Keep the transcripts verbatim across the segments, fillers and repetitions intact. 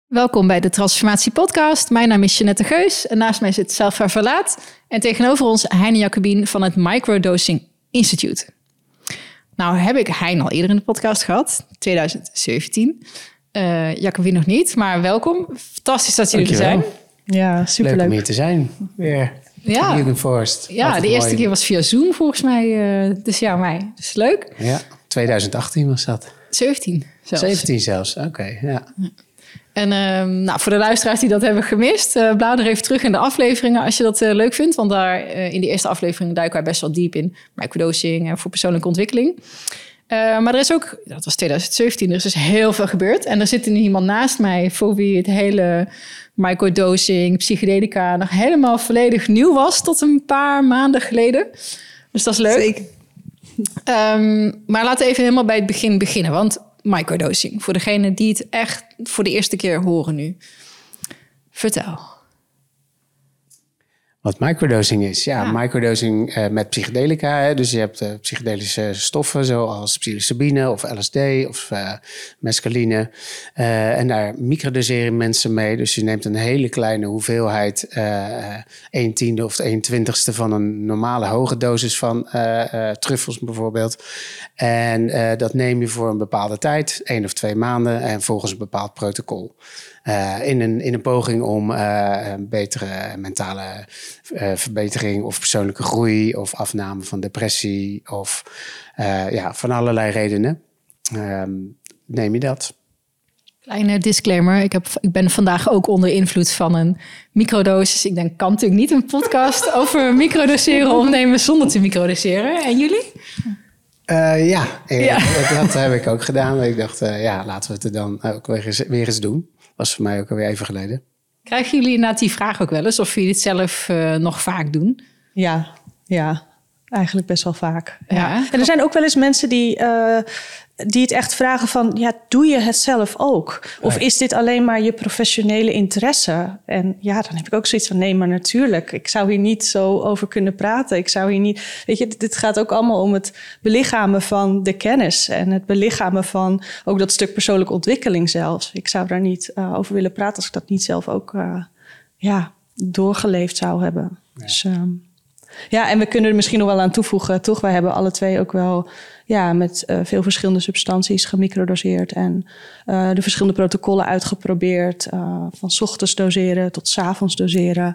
Welkom bij de Transformatie Podcast. Mijn naam is Jeanette Geus en naast mij zit Selva Verlaat. En tegenover ons Heine Jacobien van het Microdosing Institute. Nou heb ik Hein al eerder in de podcast gehad, twintig zeventien. Uh, Jacobien nog niet, maar welkom. Fantastisch dat jullie er zijn. Ja, superleuk. Leuk om hier te zijn. Weer. Ja, Jugendforst. ja de mooi. eerste keer was via Zoom volgens mij. Uh, dus ja, mij. Dus leuk. Ja, twintig achttien was dat. zeventien zelfs. zeventien zelfs, oké. Okay, ja. ja. En uh, nou, voor de luisteraars die dat hebben gemist, uh, blader even terug in de afleveringen als je dat uh, leuk vindt. Want daar uh, in die eerste aflevering duiken wij best wel diep in. Microdosing en voor persoonlijke ontwikkeling. Uh, maar er is ook, dat was twintig zeventien, er is dus heel veel gebeurd. En er zit nu iemand naast mij voor wie het hele microdosing, psychedelica nog helemaal volledig nieuw was tot een paar maanden geleden. Dus dat is leuk. Zeker. Um, maar laten we even helemaal bij het begin beginnen. Want microdosing, voor degenen die het echt voor de eerste keer horen nu. Vertel. Wat microdosing is? Ja, ja. microdosing uh, met psychedelica. Hè? Dus je hebt uh, psychedelische stoffen zoals psilocybine of L S D of uh, mescaline. Uh, en daar microdoseren mensen mee. Dus je neemt een hele kleine hoeveelheid, uh, een tiende of een twintigste van een normale hoge dosis van uh, uh, truffels bijvoorbeeld. En uh, dat neem je voor een bepaalde tijd, één of twee maanden en volgens een bepaald protocol. Uh, in, een, in een poging om uh, een betere mentale uh, verbetering of persoonlijke groei of afname van depressie of uh, ja, van allerlei redenen uh, neem je dat. Kleine disclaimer, ik, heb, ik ben vandaag ook onder invloed van een microdosis. Ik denk, kan natuurlijk niet een podcast over microdoseren opnemen zonder te microdoseren. En jullie? Uh, ja, ja. Dat, dat heb ik ook gedaan. Ik dacht, uh, ja, laten we het er dan ook weer eens, weer eens doen. Was voor mij ook alweer even geleden. Krijgen jullie inderdaad die vraag ook wel eens? Of jullie het zelf uh, nog vaak doen? Ja, ja, eigenlijk best wel vaak. Ja. Ja. En er zijn ook wel eens mensen die, uh, die het echt vragen van... ja, doe je het zelf ook? Of right. is dit alleen maar je professionele interesse? En ja, dan heb ik ook zoiets van... nee, maar natuurlijk, ik zou hier niet zo over kunnen praten. Ik zou hier niet... Weet je, dit gaat ook allemaal om het belichamen van de kennis... en het belichamen van ook dat stuk persoonlijke ontwikkeling zelfs. Ik zou daar niet uh, over willen praten... als ik dat niet zelf ook uh, ja, doorgeleefd zou hebben. Ja. Dus... Um, Ja, en we kunnen er misschien nog wel aan toevoegen, toch? Wij hebben alle twee ook wel ja, met uh, veel verschillende substanties gemicrodoseerd... en uh, de verschillende protocollen uitgeprobeerd. Uh, van 's ochtends doseren tot 's avonds doseren.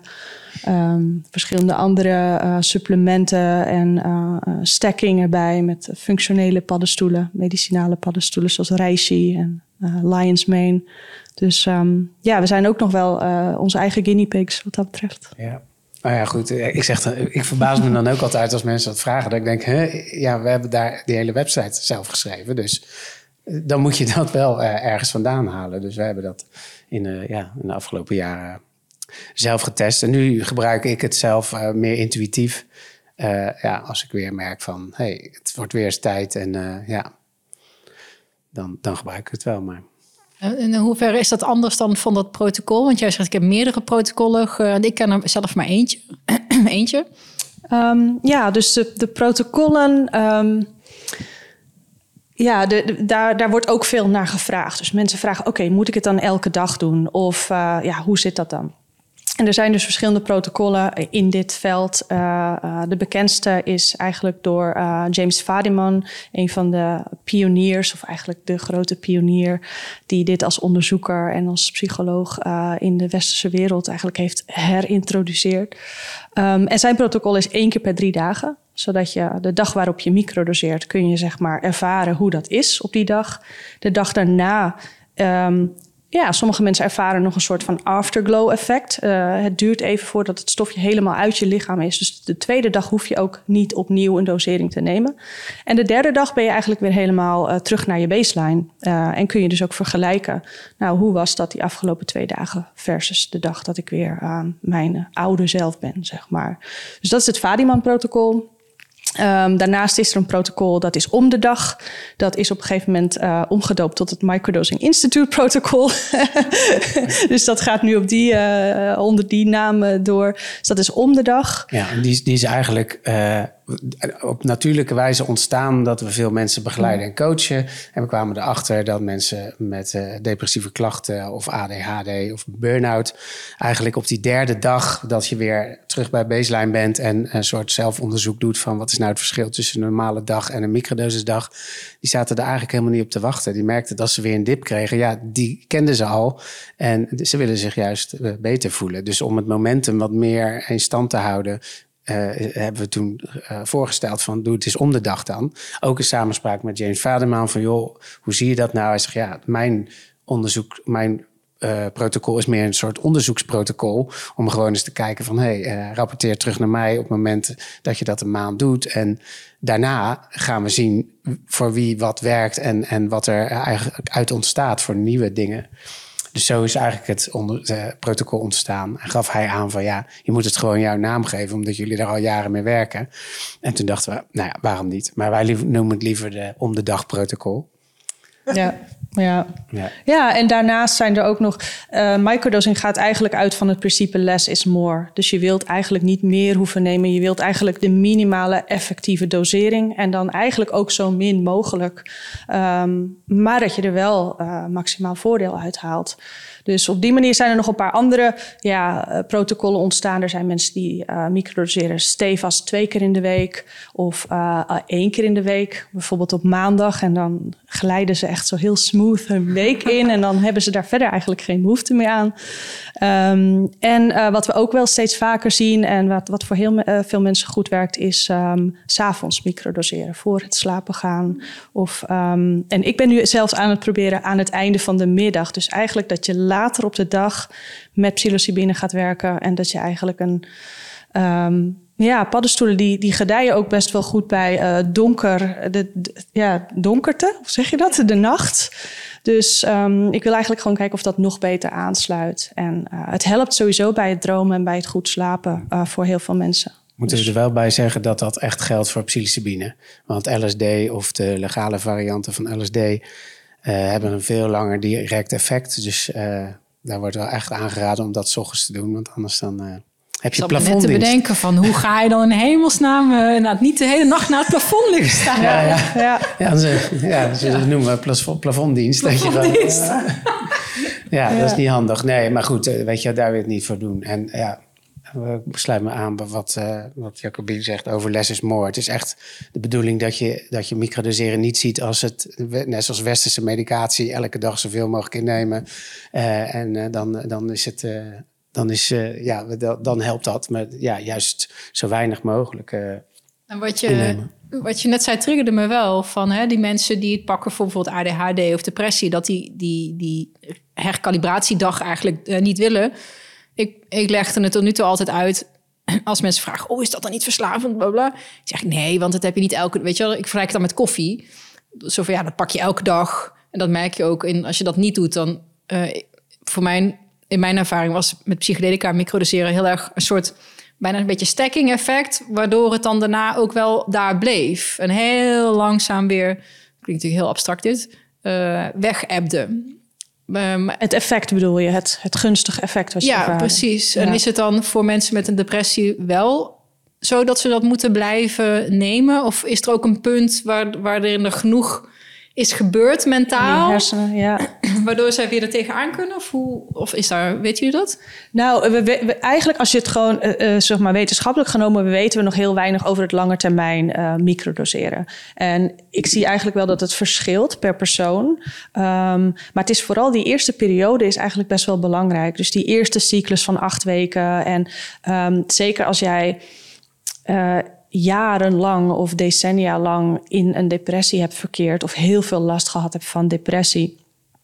Um, verschillende andere uh, supplementen en uh, uh, stacking erbij... met functionele paddenstoelen, medicinale paddenstoelen... zoals reishi en uh, lion's mane. Dus um, ja, we zijn ook nog wel uh, onze eigen guinea pigs wat dat betreft. Ja. Nou ja, goed. Ik, zeg dan, ik verbaas me dan ook altijd als mensen dat vragen. Dat ik denk, hè, ja, we hebben daar die hele website zelf geschreven. Dus dan moet je dat wel uh, ergens vandaan halen. Dus we hebben dat in, uh, ja, in de afgelopen jaren zelf getest. En nu gebruik ik het zelf uh, meer intuïtief. Uh, ja, als ik weer merk van, hey, het wordt weer eens tijd. En uh, ja, dan, dan gebruik ik het wel, maar... En in hoeverre is dat anders dan van dat protocol? Want jij zegt, ik heb meerdere protocollen. Ge- ik ken er zelf maar eentje. eentje. Um, ja, dus de, de protocollen... Um, ja, de, de, daar, daar wordt ook veel naar gevraagd. Dus mensen vragen, oké, okay, moet ik het dan elke dag doen? Of uh, ja, hoe zit dat dan? En er zijn dus verschillende protocollen in dit veld. Uh, uh, de bekendste is eigenlijk door uh, James Fadiman, een van de pioniers, of eigenlijk de grote pionier, die dit als onderzoeker en als psycholoog uh, in de westerse wereld eigenlijk heeft herintroduceerd. Um, en zijn protocol is één keer per drie dagen. Zodat je de dag waarop je microdoseert, kun je zeg maar ervaren hoe dat is op die dag. De dag daarna... Um, Ja, sommige mensen ervaren nog een soort van afterglow effect. Uh, het duurt even voordat het stofje helemaal uit je lichaam is. Dus de tweede dag hoef je ook niet opnieuw een dosering te nemen. En de derde dag ben je eigenlijk weer helemaal uh, terug naar je baseline. Uh, en kun je dus ook vergelijken. Nou, hoe was dat die afgelopen twee dagen versus de dag dat ik weer uh, mijn uh, oude zelf ben, zeg maar. Dus dat is het Fadiman-protocol. Um, daarnaast is er een protocol dat is om de dag. Dat is op een gegeven moment uh, omgedoopt tot het Microdosing Institute protocol. Dus dat gaat nu op die, uh, onder die naam door. Dus dat is om de dag. Ja, die, die is eigenlijk uh, op natuurlijke wijze ontstaan dat we veel mensen begeleiden en coachen. En we kwamen erachter dat mensen met uh, depressieve klachten of A D H D of burn-out eigenlijk op die derde dag dat je weer terug bij baseline bent en een soort zelfonderzoek doet van wat is nou het verschil tussen een normale dag en een microdosisdag. Die zaten er eigenlijk helemaal niet op te wachten. Die merkten dat ze weer een dip kregen. Ja, die kenden ze al en ze willen zich juist uh, beter voelen. Dus om het momentum wat meer in stand te houden, Uh, hebben we toen uh, voorgesteld van doe het eens om de dag dan. Ook in samenspraak met James Vaderman van joh, hoe zie je dat nou? Hij zegt ja, mijn onderzoek, mijn uh, protocol is meer een soort onderzoeksprotocol om gewoon eens te kijken van hey, uh, rapporteer terug naar mij op het moment dat je dat een maand doet. En daarna gaan we zien voor wie wat werkt en, en wat er eigenlijk uit ontstaat voor nieuwe dingen. Dus zo is eigenlijk het onder, uh, protocol ontstaan. En gaf hij aan van ja, je moet het gewoon jouw naam geven, omdat jullie er al jaren mee werken. En toen dachten we, nou ja, waarom niet? Maar wij lief, noemen het liever de om de dag protocol. Ja, ja. Ja. ja, en daarnaast zijn er ook nog... Uh, microdosing gaat eigenlijk uit van het principe less is more. Dus je wilt eigenlijk niet meer hoeven nemen. Je wilt eigenlijk de minimale effectieve dosering. En dan eigenlijk ook zo min mogelijk. Um, maar dat je er wel uh, maximaal voordeel uit haalt. Dus op die manier zijn er nog een paar andere ja, uh, protocollen ontstaan. Er zijn mensen die uh, microdoseren stevast twee keer in de week. Of uh, uh, één keer in de week. Bijvoorbeeld op maandag. En dan glijden ze echt zo heel smooth een week in. En dan hebben ze daar verder eigenlijk geen behoefte meer aan. Um, en uh, wat we ook wel steeds vaker zien... en wat, wat voor heel uh, veel mensen goed werkt... is um, 's avonds microdoseren voor het slapen gaan. Of, um, en ik ben nu zelfs aan het proberen aan het einde van de middag. Dus eigenlijk dat je later op de dag met psilocybine gaat werken... en dat je eigenlijk een... Um, ja, paddenstoelen die, die gedijen ook best wel goed bij uh, donker, de, de, ja, donkerte, hoe zeg je dat? De nacht. Dus um, ik wil eigenlijk gewoon kijken of dat nog beter aansluit. En uh, het helpt sowieso bij het dromen en bij het goed slapen uh, voor heel veel mensen. Moeten we er wel bij zeggen dat dat echt geldt voor psilocybine. Want L S D of de legale varianten van L S D uh, hebben een veel langer direct effect. Dus uh, daar wordt wel echt aangeraden om dat 's ochtends te doen. Want anders dan... Uh, heb je plafonddienst. Net te bedenken van hoe ga je dan in hemelsnaam uh, nou, niet de hele nacht naar het plafond liggen staan. Ja, ja. ja. ja, ze, ja ze ja. noemen we plafonddienst. plafonddienst. Dat je dan, uh, ja, ja, dat is niet handig. Nee, maar goed, weet je, daar wil je het niet voor doen. En ja, ik sluit me aan bij wat, uh, wat Jacobine zegt over less is more. Het is echt de bedoeling dat je, dat je microdoseren niet ziet als het, net zoals westerse medicatie, elke dag zoveel mogelijk innemen. Uh, en uh, dan, dan is het... Uh, Dan, is, uh, ja, dan helpt dat, maar ja, juist zo weinig mogelijk uh, en wat je, wat je net zei triggerde me wel van hè, die mensen die het pakken voor bijvoorbeeld A D H D of depressie, dat die, die, die herkalibratiedag eigenlijk uh, niet willen. Ik, ik legde het tot nu toe altijd uit als mensen vragen, oh, is dat dan niet verslavend? Blablabla. Ik zeg nee, want dat heb je niet elke... Weet je wel, ik vergelijk het dan met koffie. Zo van ja, dat pak je elke dag. En dat merk je ook in, als je dat niet doet, dan uh, voor mijn... In mijn ervaring was met psychedelica en microdoseren heel erg een soort bijna een beetje stacking effect, waardoor het dan daarna ook wel daar bleef. En heel langzaam weer, klinkt natuurlijk heel abstract dit, uh, weg-ebde. Um, het effect bedoel je, het, het gunstige effect was je Ja, ervaren. precies. Ja. En is het dan voor mensen met een depressie wel zo dat ze dat moeten blijven nemen? Of is er ook een punt waar, waar er genoeg is gebeurd mentaal, in je hersenen, ja. waardoor zij weer er tegenaan kunnen? Of, hoe, of is daar, weet jullie dat? Nou, we, we, eigenlijk als je het gewoon uh, uh, zeg maar wetenschappelijk genomen, we weten we nog heel weinig over het lange termijn uh, microdoseren. En ik zie eigenlijk wel dat het verschilt per persoon. Um, maar het is vooral die eerste periode is eigenlijk best wel belangrijk. Dus die eerste cyclus van acht weken. En um, zeker als jij Uh, jarenlang of decennia lang in een depressie hebt verkeerd of heel veel last gehad hebt van depressie,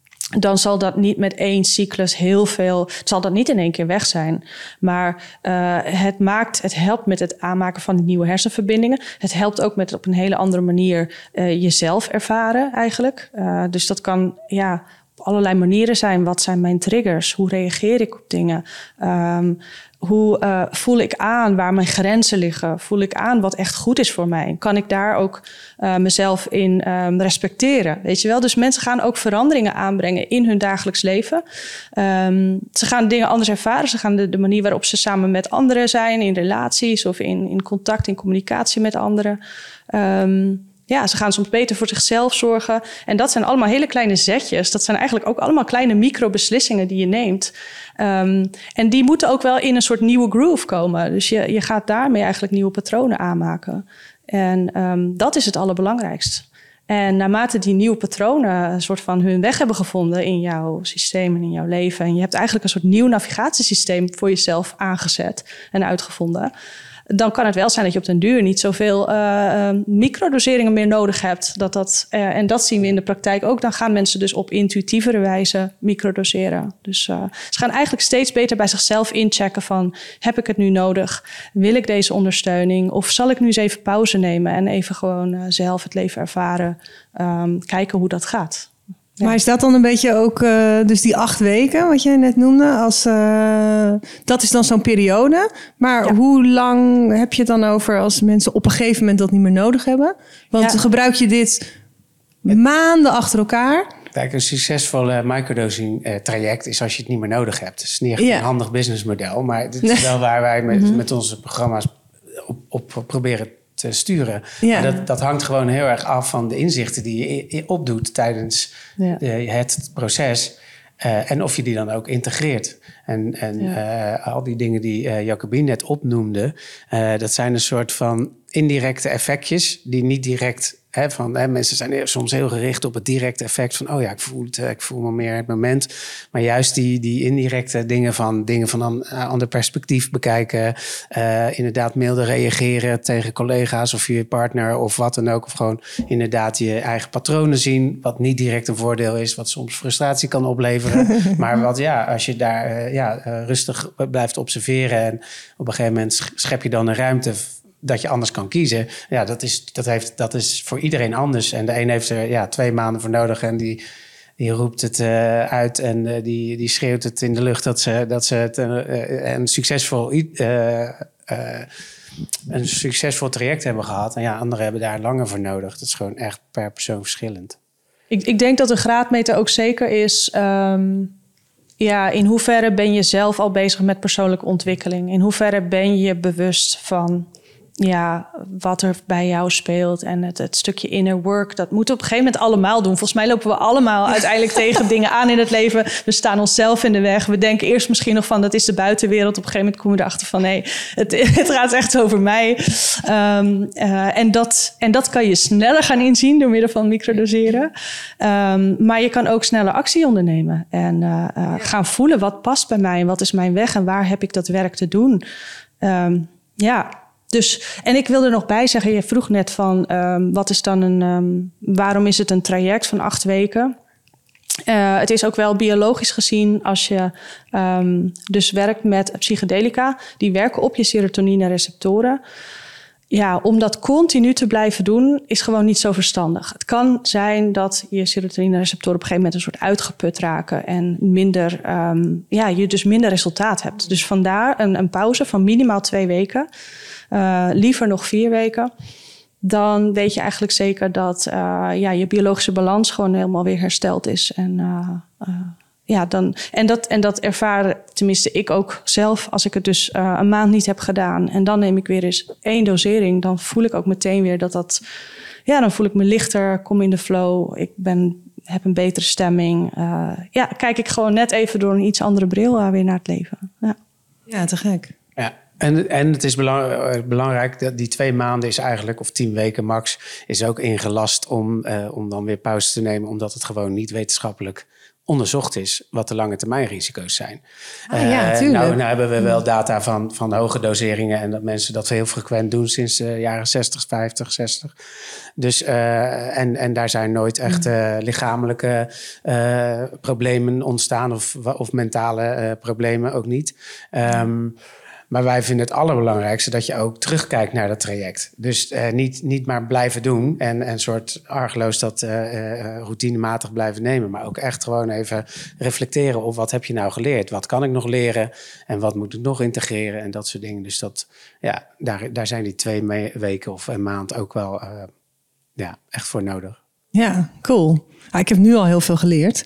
dan zal dat niet met één cyclus heel veel, het zal dat niet in één keer weg zijn. Maar uh, het maakt, het helpt met het aanmaken van nieuwe hersenverbindingen. Het helpt ook met op een hele andere manier uh, jezelf ervaren eigenlijk. Uh, dus dat kan ja allerlei manieren zijn. Wat zijn mijn triggers? Hoe reageer ik op dingen? Um, hoe uh, voel ik aan waar mijn grenzen liggen? Voel ik aan wat echt goed is voor mij? Kan ik daar ook uh, mezelf in um, respecteren? Weet je wel? Dus mensen gaan ook veranderingen aanbrengen in hun dagelijks leven. Um, ze gaan dingen anders ervaren. Ze gaan de, de manier waarop ze samen met anderen zijn, in relaties of in, in contact, in communicatie met anderen. Um, Ja, ze gaan soms beter voor zichzelf zorgen. En dat zijn allemaal hele kleine zetjes. Dat zijn eigenlijk ook allemaal kleine microbeslissingen die je neemt. Um, en die moeten ook wel in een soort nieuwe groove komen. Dus je, je gaat daarmee eigenlijk nieuwe patronen aanmaken. En um, dat is het allerbelangrijkst. En naarmate die nieuwe patronen een soort van hun weg hebben gevonden in jouw systeem en in jouw leven. En je hebt eigenlijk een soort nieuw navigatiesysteem voor jezelf aangezet en uitgevonden. Dan kan het wel zijn dat je op den duur niet zoveel uh, uh, microdoseringen meer nodig hebt. Dat dat, uh, en dat zien we in de praktijk ook. Dan gaan mensen dus op intuïtievere wijze microdoseren. Dus uh, ze gaan eigenlijk steeds beter bij zichzelf inchecken van... heb ik het nu nodig? Wil ik deze ondersteuning? Of zal ik nu eens even pauze nemen en even gewoon uh, zelf het leven ervaren? Um, kijken hoe dat gaat. Ja. Maar is dat dan een beetje ook, uh, dus die acht weken, wat jij net noemde, als, uh, dat is dan zo'n periode. Maar ja. hoe lang heb je het dan over als mensen op een gegeven moment dat niet meer nodig hebben? Want ja. gebruik je dit maanden achter elkaar? Kijk, een succesvolle microdosing uh, traject is als je het niet meer nodig hebt. Het is niet echt ja. een handig businessmodel, maar dit is wel waar wij met, mm-hmm. met onze programma's op, op proberen te sturen. Ja. Dat, dat hangt gewoon heel erg af van de inzichten die je opdoet tijdens ja. de, het proces. Uh, en of je die dan ook integreert. En, en ja. uh, al die dingen die uh, Jacobien net opnoemde, uh, dat zijn een soort van indirecte effectjes die niet direct... Hè, van, hè, mensen zijn soms heel gericht op het directe effect van... oh ja, ik voel, het, ik voel me meer het moment. Maar juist die, die indirecte dingen van dingen van een uh, ander perspectief bekijken... Uh, inderdaad milder reageren tegen collega's of je partner of wat dan ook. Of gewoon inderdaad je eigen patronen zien... wat niet direct een voordeel is, wat soms frustratie kan opleveren. Maar wat ja, als je daar uh, ja, uh, rustig blijft observeren... en op een gegeven moment schep je dan een ruimte... dat je anders kan kiezen. Ja, dat is, dat heeft, dat is voor iedereen anders. En de een heeft er ja, twee maanden voor nodig... en die, die roept het uh, uit en uh, die, die schreeuwt het in de lucht... dat ze, dat ze het uh, een, succesvol, uh, uh, een succesvol traject hebben gehad. En ja, anderen hebben daar langer voor nodig. Dat is gewoon echt per persoon verschillend. Ik, ik denk dat de graadmeter ook zeker is... Um... Ja, in hoeverre ben je zelf al bezig met persoonlijke ontwikkeling? In hoeverre ben je bewust van ja, wat er bij jou speelt en het, het stukje inner work? Dat moeten we op een gegeven moment allemaal doen. Volgens mij lopen we allemaal uiteindelijk tegen dingen aan in het leven. We staan onszelf in de weg. We denken eerst misschien nog van dat is de buitenwereld. Op een gegeven moment komen we erachter van nee, het, het gaat echt over mij. Um, uh, en, dat, en dat kan je sneller gaan inzien door middel van microdoseren. Um, maar je kan ook sneller actie ondernemen en uh, uh, ja. gaan voelen wat past bij mij en wat is mijn weg en waar heb ik dat werk te doen. Um, ja. Dus, en ik wil er nog bij zeggen, je vroeg net van um, wat is dan een, um, waarom is het een traject van acht weken? Uh, het is ook wel biologisch gezien als je um, dus werkt met psychedelica, die werken op je serotonine-receptoren. Ja, om dat continu te blijven doen is gewoon niet zo verstandig. Het kan zijn dat je serotonine-receptoren op een gegeven moment een soort uitgeput raken en minder, um, ja, je dus minder resultaat hebt. Dus vandaar een, een pauze van minimaal twee weken. Uh, liever nog vier weken. Dan weet je eigenlijk zeker dat uh, ja, je biologische balans gewoon helemaal weer hersteld is. En, uh, uh, ja, dan, en, dat, en dat ervaren, tenminste ik ook zelf, als ik het dus uh, een maand niet heb gedaan. En dan neem ik weer eens één dosering. Dan voel ik ook meteen weer dat dat... Ja, dan voel ik me lichter, kom in de flow. Ik ben, heb een betere stemming. Uh, ja, kijk ik gewoon net even door een iets andere bril uh, weer naar het leven. Ja, ja te gek. Ja. En, en het is belang, belangrijk, dat die twee maanden is eigenlijk, of tien weken max, is ook ingelast om, uh, om dan weer pauze te nemen, omdat het gewoon niet wetenschappelijk onderzocht is wat de lange termijn risico's zijn. Ah, ja, uh, nou, nou hebben we wel data van, van hoge doseringen en dat mensen dat heel frequent doen sinds de uh, jaren zestig, vijftig, zestig. Dus, uh, en, en daar zijn nooit echt uh, lichamelijke uh, problemen ontstaan of, of mentale uh, problemen ook niet. Um, Maar wij vinden het allerbelangrijkste dat je ook terugkijkt naar dat traject. Dus uh, niet, niet maar blijven doen en een soort argeloos dat uh, uh, routinematig blijven nemen. Maar ook echt gewoon even reflecteren op wat heb je nou geleerd? Wat kan ik nog leren? En wat moet ik nog integreren? En dat soort dingen. Dus dat, ja, daar, daar zijn die twee me- weken of een maand ook wel uh, ja, echt voor nodig. Ja, cool. Ah, ik heb nu al heel veel geleerd.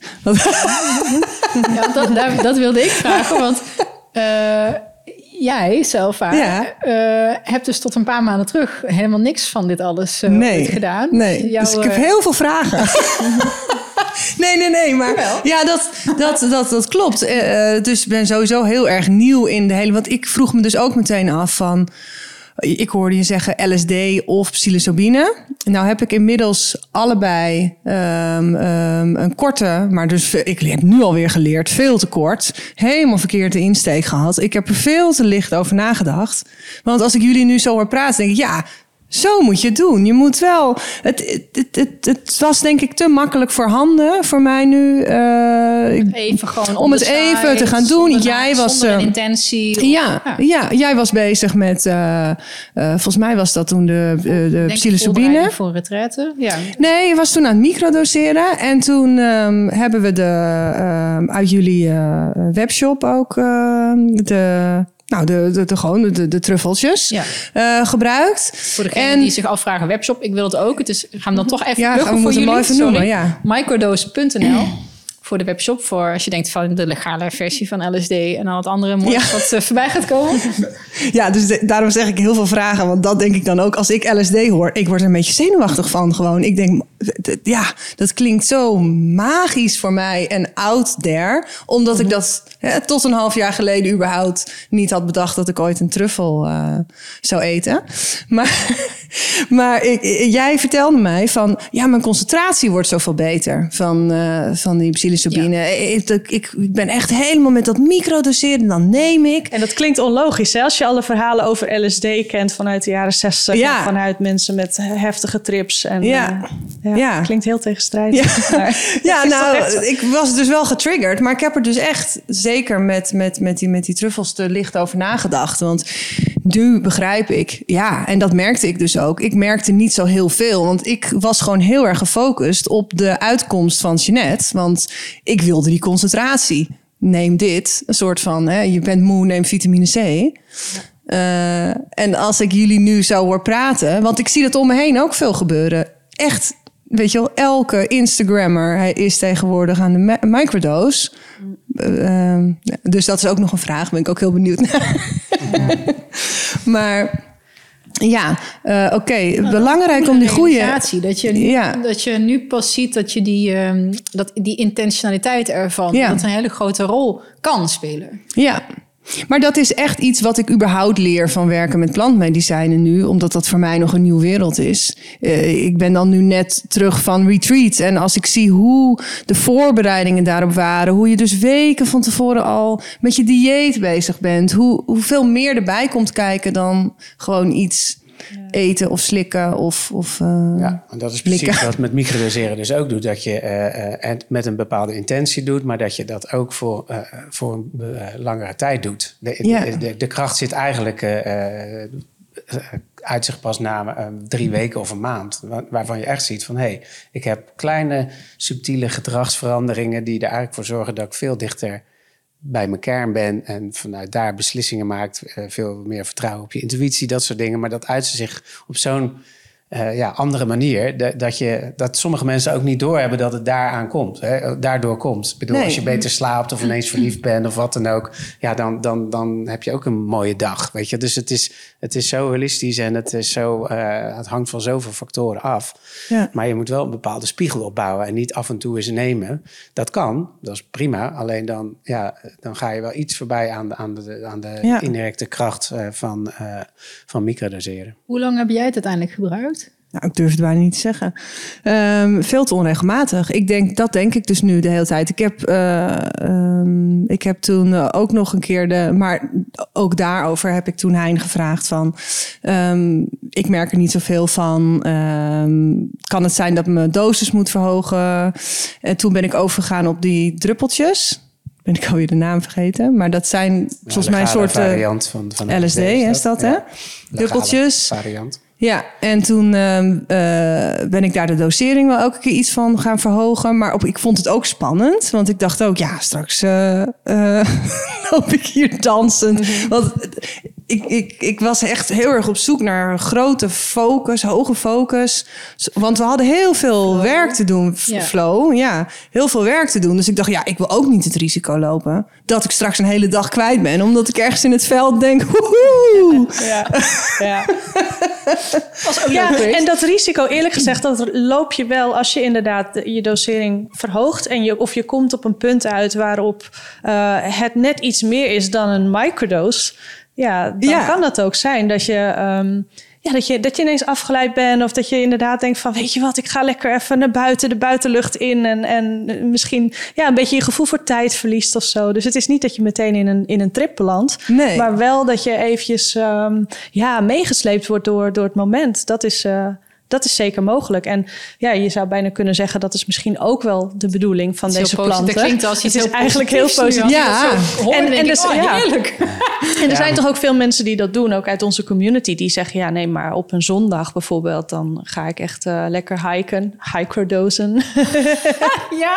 Ja, dat, daar, dat wilde ik vragen, want uh, jij, Selva, ja. uh, hebt dus tot een paar maanden terug helemaal niks van dit alles uh, nee, gedaan. Nee, Jouw, dus ik heb heel veel vragen. Nee, nee, nee, maar Jawel. ja, dat, dat, dat, dat klopt. Uh, dus ik ben sowieso heel erg nieuw in de hele... Want ik vroeg me dus ook meteen af van... Ik hoorde je zeggen L S D of psilocybine. Nou heb ik inmiddels allebei um, um, een korte... maar dus ik heb nu alweer geleerd, veel te kort. Helemaal verkeerde insteek gehad. Ik heb er veel te licht over nagedacht. Want als ik jullie nu zo hoor praten, denk ik... ja. Zo moet je het doen. Je moet wel... Het, het, het, het was denk ik te makkelijk voorhanden voor mij nu. Uh, even gewoon om het even te gaan doen. Jij was zonder een intentie. Of, ja, ja. ja, jij was bezig met... Uh, uh, volgens mij was dat toen de, uh, de psilocybine. Voor een retraite. Ja. Nee, je was toen aan het microdoseren. En toen um, hebben we de uh, uit jullie uh, webshop ook uh, de... Nou, de, de, de, gewoon de, de truffeltjes ja. uh, gebruikt. Voor degenen en, die zich afvragen, webshop, ik wil het ook. Het is, gaan we dan toch even ja, pluggen voor jullie. Hem even noemen, ja. microdose punt n l voor de webshop. Voor als je denkt van de legale versie van L S D en al het andere moois ja. wat uh, voorbij gaat komen. Ja, dus de, daarom zeg ik heel veel vragen. Want dat denk ik dan ook. Als ik L S D hoor, ik word er een beetje zenuwachtig van gewoon. Ik denk, ja, dat klinkt zo magisch voor mij en out there. Omdat mm-hmm. ik dat hè, tot een half jaar geleden überhaupt niet had bedacht dat ik ooit een truffel uh, zou eten. Maar, maar ik, jij vertelde mij van, ja, mijn concentratie wordt zoveel beter van, uh, van die psilocybine. Ja. Ik, ik, ik ben echt helemaal met dat microdoseren, dan neem ik. En dat klinkt onlogisch, hè? Als je alle verhalen over L S D kent vanuit de jaren zestig. Ja. Vanuit mensen met heftige trips. En, ja. Uh, ja, ja. Klinkt heel tegenstrijdig. Ja, maar, ja nou, ik was dus wel getriggerd. Maar ik heb er dus echt zeker met, met, met, die, met die truffels te licht over nagedacht. Want nu begrijp ik, ja, en dat merkte ik dus ook. Ik merkte niet zo heel veel. Want ik was gewoon heel erg gefocust op de uitkomst van Jeanette. Want ik wilde die concentratie. Neem dit, een soort van, hè, je bent moe, neem vitamine C. Ja. Uh, en als ik jullie nu zou hoor praten... want ik zie dat om me heen ook veel gebeuren. Echt, weet je wel, elke Instagrammer hij is tegenwoordig aan de ma- microdose. Uh, dus dat is ook nog een vraag, ben ik ook heel benieuwd naar. Ja. Maar... Ja, uh, oké. Okay. Nou, belangrijk om die goede... Dat je, nu, ja. dat je nu pas ziet dat je die, um, dat die intentionaliteit ervan... Ja. dat een hele grote rol kan spelen. Ja, maar dat is echt iets wat ik überhaupt leer van werken met plantmedicijnen nu. Omdat dat voor mij nog een nieuwe wereld is. Uh, ik ben dan nu net terug van retreat. En als ik zie hoe de voorbereidingen daarop waren. Hoe je dus weken van tevoren al met je dieet bezig bent. Hoe, hoeveel meer erbij komt kijken dan gewoon iets... eten of slikken of, of uh, ja, en dat is precies blikken. Wat met microdoseren dus ook doet. Dat je uh, uh, met een bepaalde intentie doet... maar dat je dat ook voor, uh, voor een uh, langere tijd doet. De, ja. de, de, de kracht zit eigenlijk... Uh, uh, uit zich pas na uh, drie weken of een maand. Waarvan je echt ziet van... hé, hey, ik heb kleine, subtiele gedragsveranderingen... die er eigenlijk voor zorgen dat ik veel dichter... bij mijn kern ben en vanuit daar beslissingen maakt. Uh, veel meer vertrouwen op je intuïtie, dat soort dingen. Maar dat uit zich op zo'n uh, ja, andere manier... Dat, dat, je, dat sommige mensen ook niet doorhebben dat het daaraan komt. Hè? Daardoor komt. Ik bedoel, nee. Als je beter slaapt of ineens verliefd bent of wat dan ook... ja, dan, dan, dan heb je ook een mooie dag, weet je. Dus het is, het is zo holistisch en het, is zo, uh, het hangt van zoveel factoren af. Ja. Maar je moet wel een bepaalde spiegel opbouwen... en niet af en toe eens nemen. Dat kan, dat is prima. Alleen dan, ja, dan ga je wel iets voorbij aan de, aan de, aan de ja. indirecte kracht uh, van, uh, van microdoseren. Hoe lang heb jij het uiteindelijk gebruikt? Nou, ik durf het bijna niet te zeggen. Um, veel te onregelmatig. Ik denk, dat denk ik dus nu de hele tijd. Ik heb, uh, um, ik heb toen uh, ook nog een keer de... maar ook daarover heb ik toen Hein gevraagd van... Um, ik merk er niet zoveel van. Um, kan het zijn dat mijn dosis moet verhogen? En toen ben ik overgegaan op die druppeltjes... ben ik alweer de naam vergeten. Maar dat zijn Ja, volgens mij een soort variant van, van L S D, is dat, hè? Ja, Dubbeltjes. variant. Ja, en toen uh, uh, ben ik daar de dosering wel elke keer iets van gaan verhogen. Maar op, ik vond het ook spannend. Want ik dacht ook, ja, straks uh, uh, loop ik hier dansend. Mm-hmm. Want ik, ik, ik was echt heel erg op zoek naar grote focus, hoge focus. Want we hadden heel veel flow. werk te doen. F- ja. Flow, ja. Heel veel werk te doen. Dus ik dacht, ja, ik wil ook niet het risico lopen dat ik straks een hele dag kwijt ben. Omdat ik ergens in het veld denk, woehoe. Ja, ja. Was ook ja, en dat risico, eerlijk gezegd, dat loop je wel als je inderdaad je dosering verhoogt. En je, of je komt op een punt uit waarop uh, het net iets meer is dan een microdose. Ja, dan ja. kan dat ook zijn dat je, um, ja, dat je, dat je ineens afgeleid bent. Of dat je inderdaad denkt van, weet je wat, ik ga lekker even naar buiten, de buitenlucht in. En, en misschien ja, een beetje je gevoel voor tijd verliest of zo. Dus het is niet dat je meteen in een, in een trip belandt. Nee. Maar wel dat je eventjes um, ja, meegesleept wordt door, door het moment. Dat is... Uh, Dat is zeker mogelijk. En ja, je zou bijna kunnen zeggen, dat is misschien ook wel de bedoeling van deze planten. Dat klinkt als iets het is heel eigenlijk heel positief. Ja, hoor, en, en, dus, oh, ja. heerlijk. En er ja. zijn toch ook veel mensen die dat doen, ook uit onze community, die zeggen, ja, nee, maar op een zondag bijvoorbeeld, dan ga ik echt uh, lekker hiken, microdosen. Ja.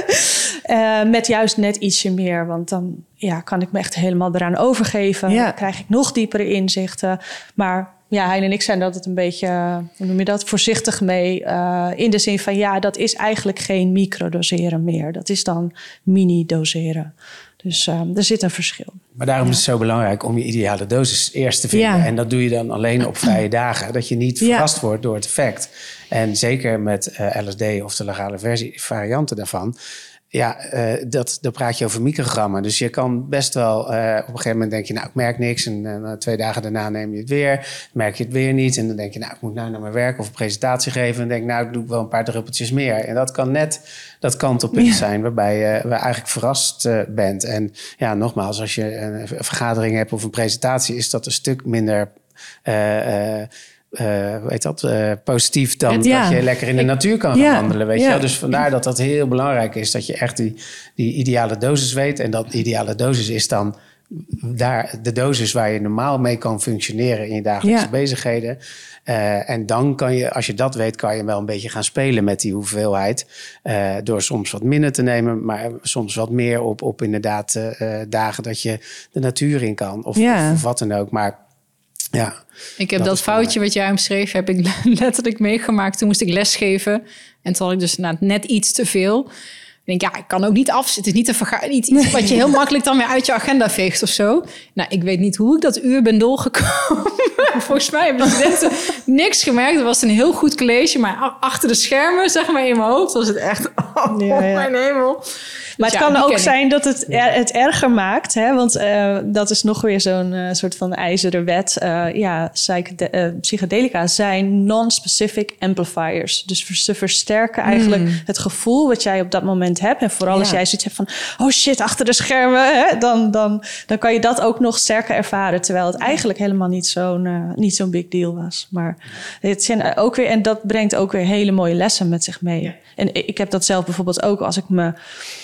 uh, met juist net ietsje meer, want dan ja, kan ik me echt helemaal eraan overgeven. Ja. Dan krijg ik nog diepere inzichten. Maar ja, Hein en ik zijn dat het een beetje, hoe noem je dat, voorzichtig mee. Uh, in de zin van, ja, dat is eigenlijk geen microdoseren meer. Dat is dan mini-doseren. Dus uh, er zit een verschil. Maar daarom ja. is het zo belangrijk om je ideale dosis eerst te vinden. Ja. En dat doe je dan alleen op vrije dagen. Dat je niet verrast ja. wordt door het effect. En zeker met uh, L S D of de legale versie, varianten daarvan. Ja, uh, dat, dan praat je over microgrammen. Dus je kan best wel, uh, op een gegeven moment denk je, nou, ik merk niks. En uh, twee dagen daarna neem je het weer. merk je het weer niet. En dan denk je, nou, ik moet nou naar mijn werk of een presentatie geven. En denk ik, nou, ik doe wel een paar druppeltjes meer. En dat kan net dat kantelpunt ja. zijn waarbij je uh, eigenlijk verrast uh, bent. En ja, nogmaals, als je een vergadering hebt of een presentatie, is dat een stuk minder... Uh, uh, Uh, weet dat, uh, positief dan het, ja. dat je lekker in de natuur kan gaan ja. wandelen. Weet ja. je? Dus vandaar dat dat heel belangrijk is. Dat je echt die, die ideale dosis weet. En dat ideale dosis is dan daar de dosis waar je normaal mee kan functioneren in je dagelijkse ja. bezigheden. Uh, en dan kan je, als je dat weet, kan je wel een beetje gaan spelen met die hoeveelheid. Uh, door soms wat minder te nemen, maar soms wat meer op, op inderdaad uh, dagen dat je de natuur in kan. Of, ja. of, of wat dan ook. Maar ja, ik heb dat, dat foutje wat jij omschreef, heb ik letterlijk meegemaakt. Toen moest ik lesgeven. En toen had ik dus nou, net iets te veel. Ik denk, ja, ik kan ook niet af. Het is niet, een verga- niet iets wat je heel makkelijk dan weer uit je agenda veegt of zo. Nou, ik weet niet hoe ik dat uur ben doorgekomen. Volgens mij hebben studenten niks gemerkt. Er was een heel goed college, maar achter de schermen, zeg maar, in mijn hoofd was het echt, oh, ja, ja. mijn hemel. Maar dus het ja, kan ook zijn dat het er, het erger maakt. Hè? Want uh, dat is nog weer zo'n uh, soort van ijzeren wet. Uh, ja, psychede- uh, psychedelica zijn non-specific amplifiers. Dus ze versterken eigenlijk mm. het gevoel wat jij op dat moment hebt. En vooral ja. als jij zoiets hebt van, oh shit, achter de schermen. Hè? Dan, dan, dan kan je dat ook nog sterker ervaren. Terwijl het eigenlijk helemaal niet zo'n, uh, niet zo'n big deal was. Maar het zijn ook weer, en dat brengt ook weer hele mooie lessen met zich mee. Ja. En ik heb dat zelf bijvoorbeeld ook als ik me...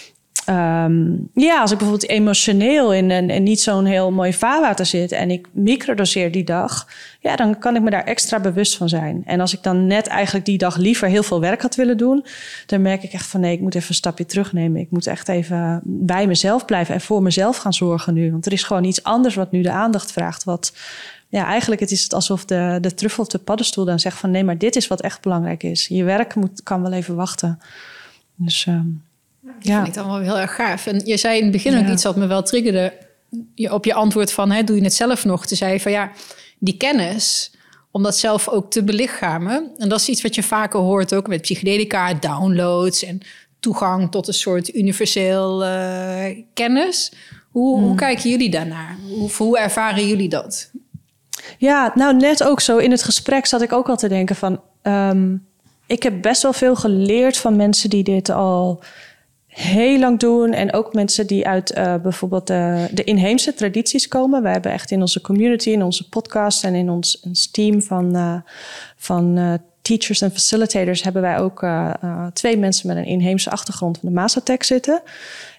Um, ja, als ik bijvoorbeeld emotioneel in en, en niet zo'n heel mooi vaarwater zit en ik microdoseer die dag, ja, dan kan ik me daar extra bewust van zijn. En als ik dan net eigenlijk die dag liever heel veel werk had willen doen, dan merk ik echt van nee, ik moet even een stapje terugnemen. Ik moet echt even bij mezelf blijven en voor mezelf gaan zorgen nu. Want er is gewoon iets anders wat nu de aandacht vraagt. Wat, ja, eigenlijk het is het alsof de, de truffel op de paddenstoel dan zegt van nee, maar dit is wat echt belangrijk is. Je werk moet, kan wel even wachten. Dus... Um, Dat ja. vind ik dan wel heel erg gaaf. En je zei in het begin ook ja. iets wat me wel triggerde. Op je antwoord van, hè, doe je het zelf nog? Toen zei je van, ja, die kennis, om dat zelf ook te belichamen. En dat is iets wat je vaker hoort ook met psychedelica, downloads en toegang tot een soort universeel uh, kennis. Hoe, hmm. hoe kijken jullie daarnaar? Hoe, hoe ervaren jullie dat? Ja, nou net ook zo. In het gesprek zat ik ook al te denken van... Um, ik heb best wel veel geleerd van mensen die dit al... heel lang doen. En ook mensen die uit uh, bijvoorbeeld de, de inheemse tradities komen. We hebben echt in onze community, in onze podcast en in ons, ons team van, uh, van uh, teachers en facilitators hebben wij ook uh, uh, twee mensen met een inheemse achtergrond van de Mazatec zitten.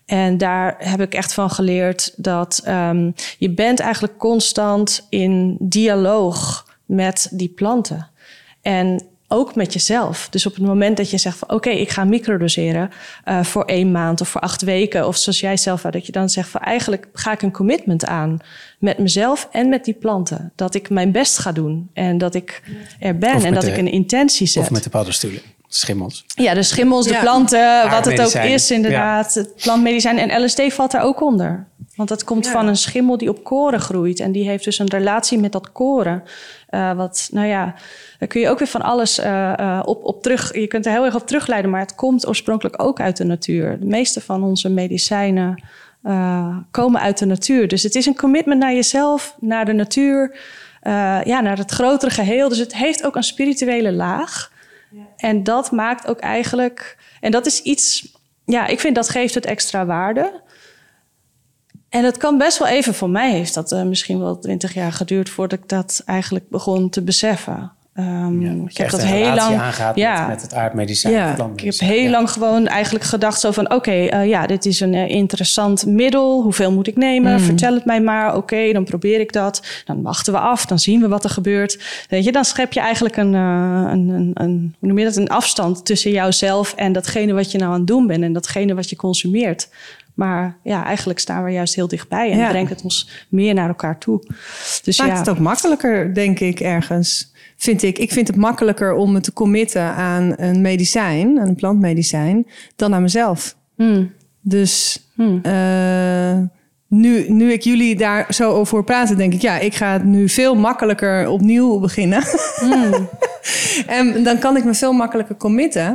En daar heb ik echt van geleerd dat um, je bent eigenlijk constant in dialoog met die planten. En ook met jezelf. Dus op het moment dat je zegt van oké, okay, ik ga microdoseren uh, voor één maand of voor acht weken. Of zoals jij zelf had, dat je dan zegt van eigenlijk ga ik een commitment aan met mezelf en met die planten. Dat ik mijn best ga doen en dat ik er ben en dat de, ik een intentie zet. Of met de paddenstoelen. Schimmels. Ja, de schimmels, de ja. planten, wat het ook is inderdaad. Ja. Het plantmedicijn en L S D valt daar ook onder. Want dat komt ja. van een schimmel die op koren groeit. En die heeft dus een relatie met dat koren. Uh, wat, nou ja, daar kun je ook weer van alles uh, uh, op, op terug... Je kunt er heel erg op terugleiden, maar het komt oorspronkelijk ook uit de natuur. De meeste van onze medicijnen uh, komen uit de natuur. Dus het is een commitment naar jezelf, naar de natuur, uh, ja, naar het grotere geheel. Dus het heeft ook een spirituele laag. Ja. En dat maakt ook eigenlijk... En dat is iets... Ja, ik vind dat geeft het extra waarde. En het kan best wel even... Voor mij heeft dat uh, misschien wel twintig jaar geduurd... voordat ik dat eigenlijk begon te beseffen. Um, ja, ik heb dat heel lang aangaat ja, met, met het aardmedicijn. Ja, het ik heb heel ja. lang gewoon eigenlijk gedacht zo van... oké, okay, uh, ja, dit is een uh, interessant middel. Hoeveel moet ik nemen? Mm. Vertel het mij maar. Oké, okay, dan probeer ik dat. Dan wachten we af. Dan zien we wat er gebeurt. Weet je, dan schep je eigenlijk een, uh, een, een, een, hoe noem je dat? Een afstand tussen jouzelf en datgene wat je nou aan het doen bent... en datgene wat je consumeert. Maar ja, eigenlijk staan we juist heel dichtbij... en ja. brengt het ons meer naar elkaar toe. Dus maakt ja. het ook makkelijker, denk ik, ergens... Vind ik. Ik vind het makkelijker om me te committen aan een medicijn, aan een plantmedicijn, dan aan mezelf. Hmm. Dus hmm. uh, nu, nu ik jullie daar zo over hoor praten, denk ik, ja, ik ga het nu veel makkelijker opnieuw beginnen. Hmm. En dan kan ik me veel makkelijker committen.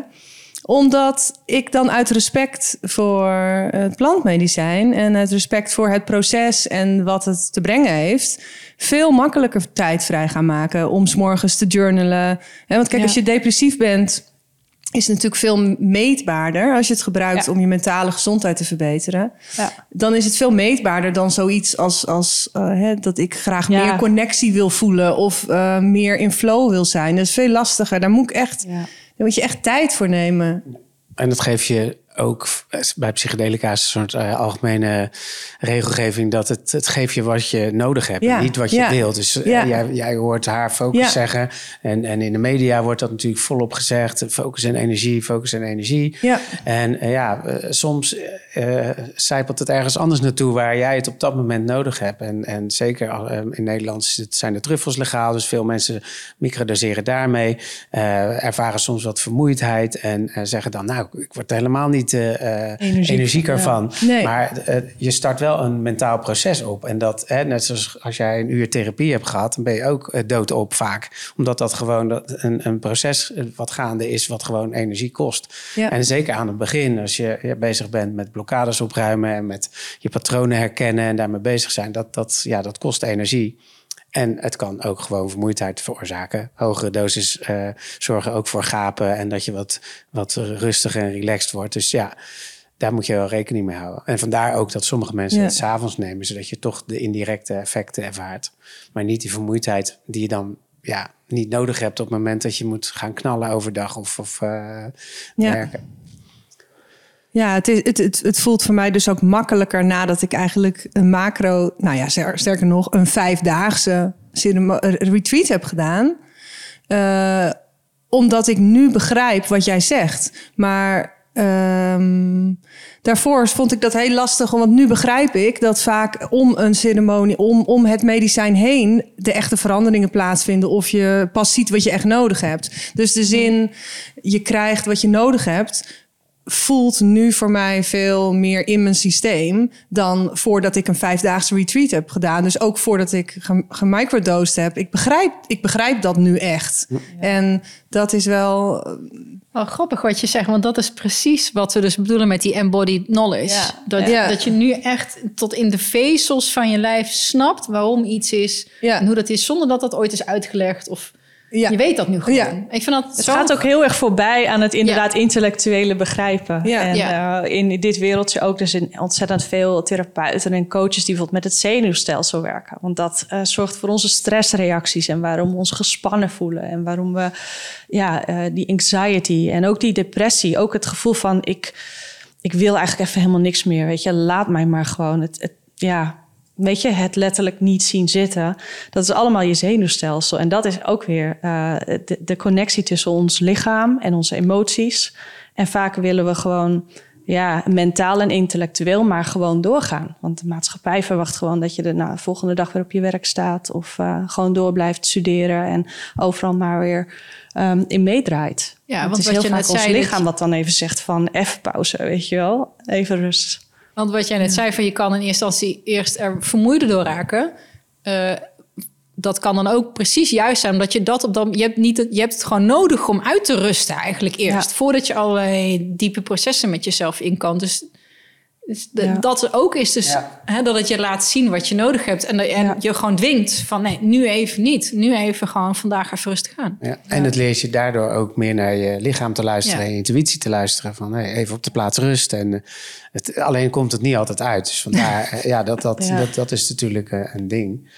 Omdat ik dan uit respect voor het plantmedicijn en uit respect voor het proces en wat het te brengen heeft, veel makkelijker tijd vrij gaan maken om 's morgens te journalen. Want kijk, ja. als je depressief bent, is het natuurlijk veel meetbaarder als je het gebruikt ja. om je mentale gezondheid te verbeteren. Ja. Dan is het veel meetbaarder dan zoiets als, als uh, hè, dat ik graag ja. meer connectie wil voelen of uh, meer in flow wil zijn. Dat is veel lastiger. Daar moet ik echt... Ja. Daar moet je echt tijd voor nemen. En dat geef je ook bij psychedelica is een soort uh, algemene regelgeving... dat het, het geeft je wat je nodig hebt, ja. niet wat je ja. wilt. Dus uh, ja. jij, jij hoort haar focus ja. zeggen. En, en in de media wordt dat natuurlijk volop gezegd. Focus en energie, focus en energie. Ja. En uh, ja, uh, soms uh, zijpelt het ergens anders naartoe... waar jij het op dat moment nodig hebt. En, en zeker uh, in Nederland zijn de truffels legaal... dus veel mensen microdoseren daarmee. Uh, ervaren soms wat vermoeidheid en uh, zeggen dan... nou, ik word helemaal niet Uh, Energiek, energieker van. Ja. Nee. Maar uh, je start wel een mentaal proces op. En dat, hè, net zoals als jij een uur therapie hebt gehad... dan ben je ook uh, doodop vaak. Omdat dat gewoon dat een, een proces wat gaande is... wat gewoon energie kost. Ja. En zeker aan het begin, als je, je bezig bent met blokkades opruimen... en met je patronen herkennen en daarmee bezig zijn... dat, dat, ja, dat kost energie. En het kan ook gewoon vermoeidheid veroorzaken. Hogere doses uh, zorgen ook voor gapen... en dat je wat, wat rustiger en relaxed wordt. Dus ja, daar moet je wel rekening mee houden. En vandaar ook dat sommige mensen ja. het 's avonds nemen... zodat je toch de indirecte effecten ervaart. Maar niet die vermoeidheid die je dan ja, niet nodig hebt... op het moment dat je moet gaan knallen overdag of, of uh, ja. werken. Ja, het, is, het, het, het voelt voor mij dus ook makkelijker nadat ik eigenlijk een macro... nou ja, sterker nog, een vijfdaagse retreat heb gedaan. Uh, omdat ik nu begrijp wat jij zegt. Maar um, daarvoor vond ik dat heel lastig. Want nu begrijp ik dat vaak om een ceremonie, om, om het medicijn heen... de echte veranderingen plaatsvinden. Of je pas ziet wat je echt nodig hebt. Dus de zin, je krijgt wat je nodig hebt... voelt nu voor mij veel meer in mijn systeem... dan voordat ik een vijfdaagse retreat heb gedaan. Dus ook voordat ik gemicrodosed heb. Ik begrijp, ik begrijp dat nu echt. Ja. En dat is wel... Wel grappig wat je zegt, want dat is precies wat we dus bedoelen met die embodied knowledge. Ja. Dat, ja. dat je nu echt tot in de vezels van je lijf snapt waarom iets is... Ja. en hoe dat is, zonder dat dat ooit is uitgelegd of... Ja. Je weet dat nu gewoon. Ja. Ik vind dat het zo... gaat ook heel erg voorbij aan het inderdaad ja. intellectuele begrijpen. Ja. En ja. uh, in dit wereldje ook dus in ontzettend veel therapeuten en coaches... die bijvoorbeeld met het zenuwstelsel werken. Want dat uh, zorgt voor onze stressreacties... en waarom we ons gespannen voelen. En waarom we ja, uh, die anxiety en ook die depressie... ook het gevoel van ik... ik wil eigenlijk even helemaal niks meer. Weet je, laat mij maar gewoon het, het ja, weet je, het letterlijk niet zien zitten. Dat is allemaal je zenuwstelsel. En dat is ook weer uh, de, de connectie tussen ons lichaam en onze emoties. En vaak willen we gewoon, ja, mentaal en intellectueel, maar gewoon doorgaan. Want de maatschappij verwacht gewoon dat je de nou, volgende dag weer op je werk staat. Of uh, gewoon door blijft studeren en overal maar weer um, in meedraait. Ja, want want het is wat heel je vaak net ons zei, lichaam wat dan even zegt van even pauze, weet je wel. Even rust. Want wat jij net zei, van je kan in eerste instantie eerst er vermoeider door raken. Uh, dat kan dan ook precies juist zijn, omdat je dat op dan je hebt niet het, je hebt het gewoon nodig om uit te rusten eigenlijk eerst, ja. voordat je allerlei diepe processen met jezelf in kan. Dus, dus de, ja. dat ook is dus ja. hè, dat het je laat zien wat je nodig hebt en, de, en ja. je gewoon dwingt van nee, nu even niet, nu even gewoon vandaag even rustig aan. Ja. En het leert je daardoor ook meer naar je lichaam te luisteren, ja. en je intuïtie te luisteren van hey, even op de plaats rust en het, alleen komt het niet altijd uit. Dus vandaar, ja, dat, dat, ja. Dat, dat is natuurlijk uh, een ding.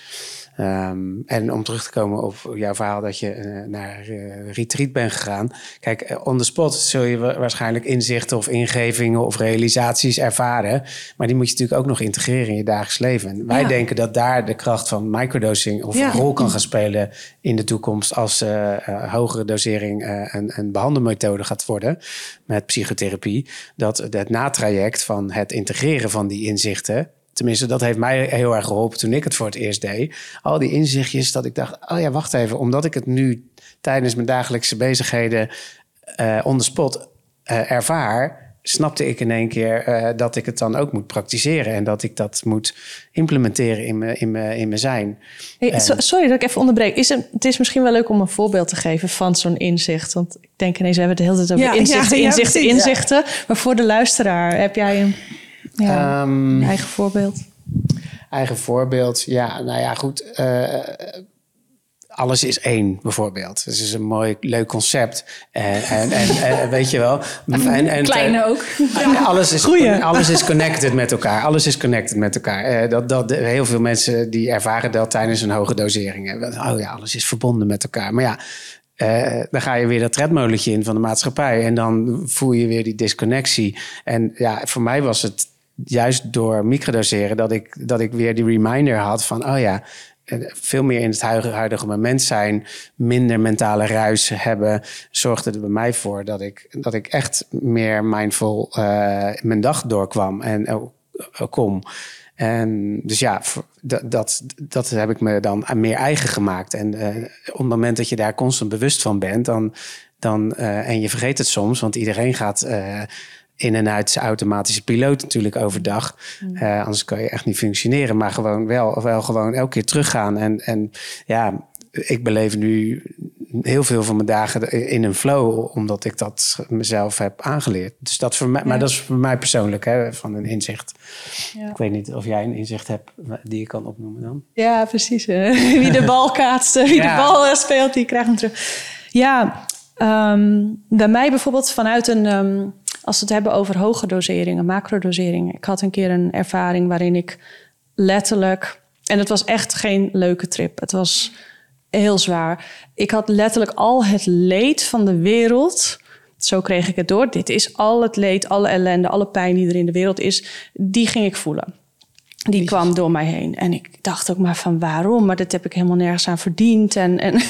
Um, en om terug te komen op jouw verhaal dat je uh, naar uh, retreat bent gegaan. Kijk, uh, on the spot zul je waarschijnlijk inzichten of ingevingen of realisaties ervaren. Maar die moet je natuurlijk ook nog integreren in je dagelijks leven. En wij ja. denken dat daar de kracht van microdosing of ja. een rol kan gaan spelen in de toekomst als uh, uh, hogere dosering uh, een, een behandelmethode gaat worden met psychotherapie. Dat het natraject van het integreren van die inzichten, tenminste, dat heeft mij heel erg geholpen toen ik het voor het eerst deed. Al die inzichtjes dat ik dacht, oh ja, wacht even. Omdat ik het nu tijdens mijn dagelijkse bezigheden uh, on the spot uh, ervaar, snapte ik in één keer uh, dat ik het dan ook moet praktiseren. En dat ik dat moet implementeren in mijn in mijn in mijn zijn. Hey, en, so, sorry dat ik even onderbreek. Is het, het is misschien wel leuk om een voorbeeld te geven van zo'n inzicht. Want ik denk ineens, we hebben het de hele tijd over ja, inzichten, ja, inzichten, ja, inzichten. Ja. Maar voor de luisteraar, heb jij een... Ja, um, een eigen voorbeeld. Eigen voorbeeld, ja, nou ja, goed. Uh, alles is één, bijvoorbeeld. Dat is een mooi, leuk concept. En, en, en, en weet je wel. En, en, kleine ook. Ja. Alles, is, alles is connected met elkaar. Alles is connected met elkaar. Uh, dat, dat, heel veel mensen die ervaren dat tijdens een hoge dosering. Oh ja, alles is verbonden met elkaar. Maar ja, Uh, dan ga je weer dat tredmolentje in van de maatschappij. En dan voel je weer die disconnectie. En ja, voor mij was het juist door microdoseren dat ik, dat ik weer die reminder had van, oh ja, veel meer in het huidige moment zijn, minder mentale ruis hebben, zorgde er bij mij voor dat ik, dat ik echt meer mindful uh, mijn dag doorkwam en uh, kom. En dus ja, dat, dat, dat heb ik me dan meer eigen gemaakt. En uh, op het moment dat je daar constant bewust van bent, dan, dan, uh, en je vergeet het soms, want iedereen gaat uh, in en uit zijn automatische piloot natuurlijk overdag. Uh, anders kan je echt niet functioneren, maar gewoon wel, wel gewoon elke keer teruggaan. En, en ja, ik beleef nu heel veel van mijn dagen in een flow, omdat ik dat mezelf heb aangeleerd. Dus dat voor mij, ja. Maar dat is voor mij persoonlijk, hè, van een inzicht. Ja. Ik weet niet of jij een inzicht hebt die je kan opnoemen dan. Ja, precies. Wie de bal kaatst, wie ja. de bal speelt, die krijgt hem terug. Ja, um, bij mij bijvoorbeeld vanuit een, um, als we het hebben over hoge doseringen, macrodoseringen. Ik had een keer een ervaring waarin ik letterlijk, en het was echt geen leuke trip. Het was heel zwaar. Ik had letterlijk al het leed van de wereld, zo kreeg ik het door. Dit is al het leed, alle ellende, alle pijn die er in de wereld is, die ging ik voelen. Die kwam door mij heen. En ik dacht ook maar van waarom? Maar dat heb ik helemaal nergens aan verdiend. En, en,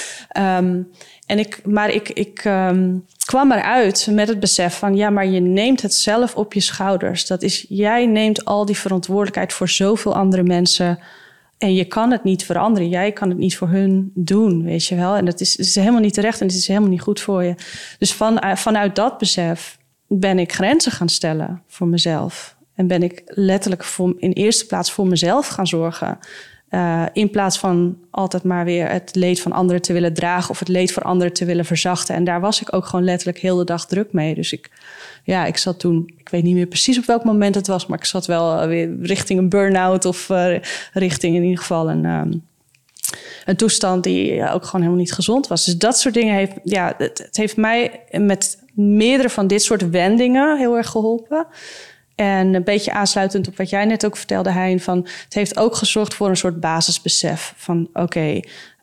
um, en ik, maar ik, ik um, kwam eruit met het besef van, ja, maar je neemt het zelf op je schouders. Dat is, jij neemt al die verantwoordelijkheid voor zoveel andere mensen. En je kan het niet veranderen. Jij kan het niet voor hun doen, weet je wel. En dat is, is helemaal niet terecht en het is helemaal niet goed voor je. Dus van, vanuit dat besef ben ik grenzen gaan stellen voor mezelf. En ben ik letterlijk voor, in eerste plaats voor mezelf gaan zorgen. Uh, in plaats van altijd maar weer het leed van anderen te willen dragen of het leed voor anderen te willen verzachten. En daar was ik ook gewoon letterlijk heel de dag druk mee. Dus ik, ja, ik zat toen, ik weet niet meer precies op welk moment het was, maar ik zat wel weer richting een burn-out of uh, richting in ieder geval een, um, een toestand die ja, ook gewoon helemaal niet gezond was. Dus dat soort dingen heeft, ja, het, het heeft mij met meerdere van dit soort wendingen heel erg geholpen. En een beetje aansluitend op wat jij net ook vertelde, Hein, van het heeft ook gezorgd voor een soort basisbesef van oké, okay,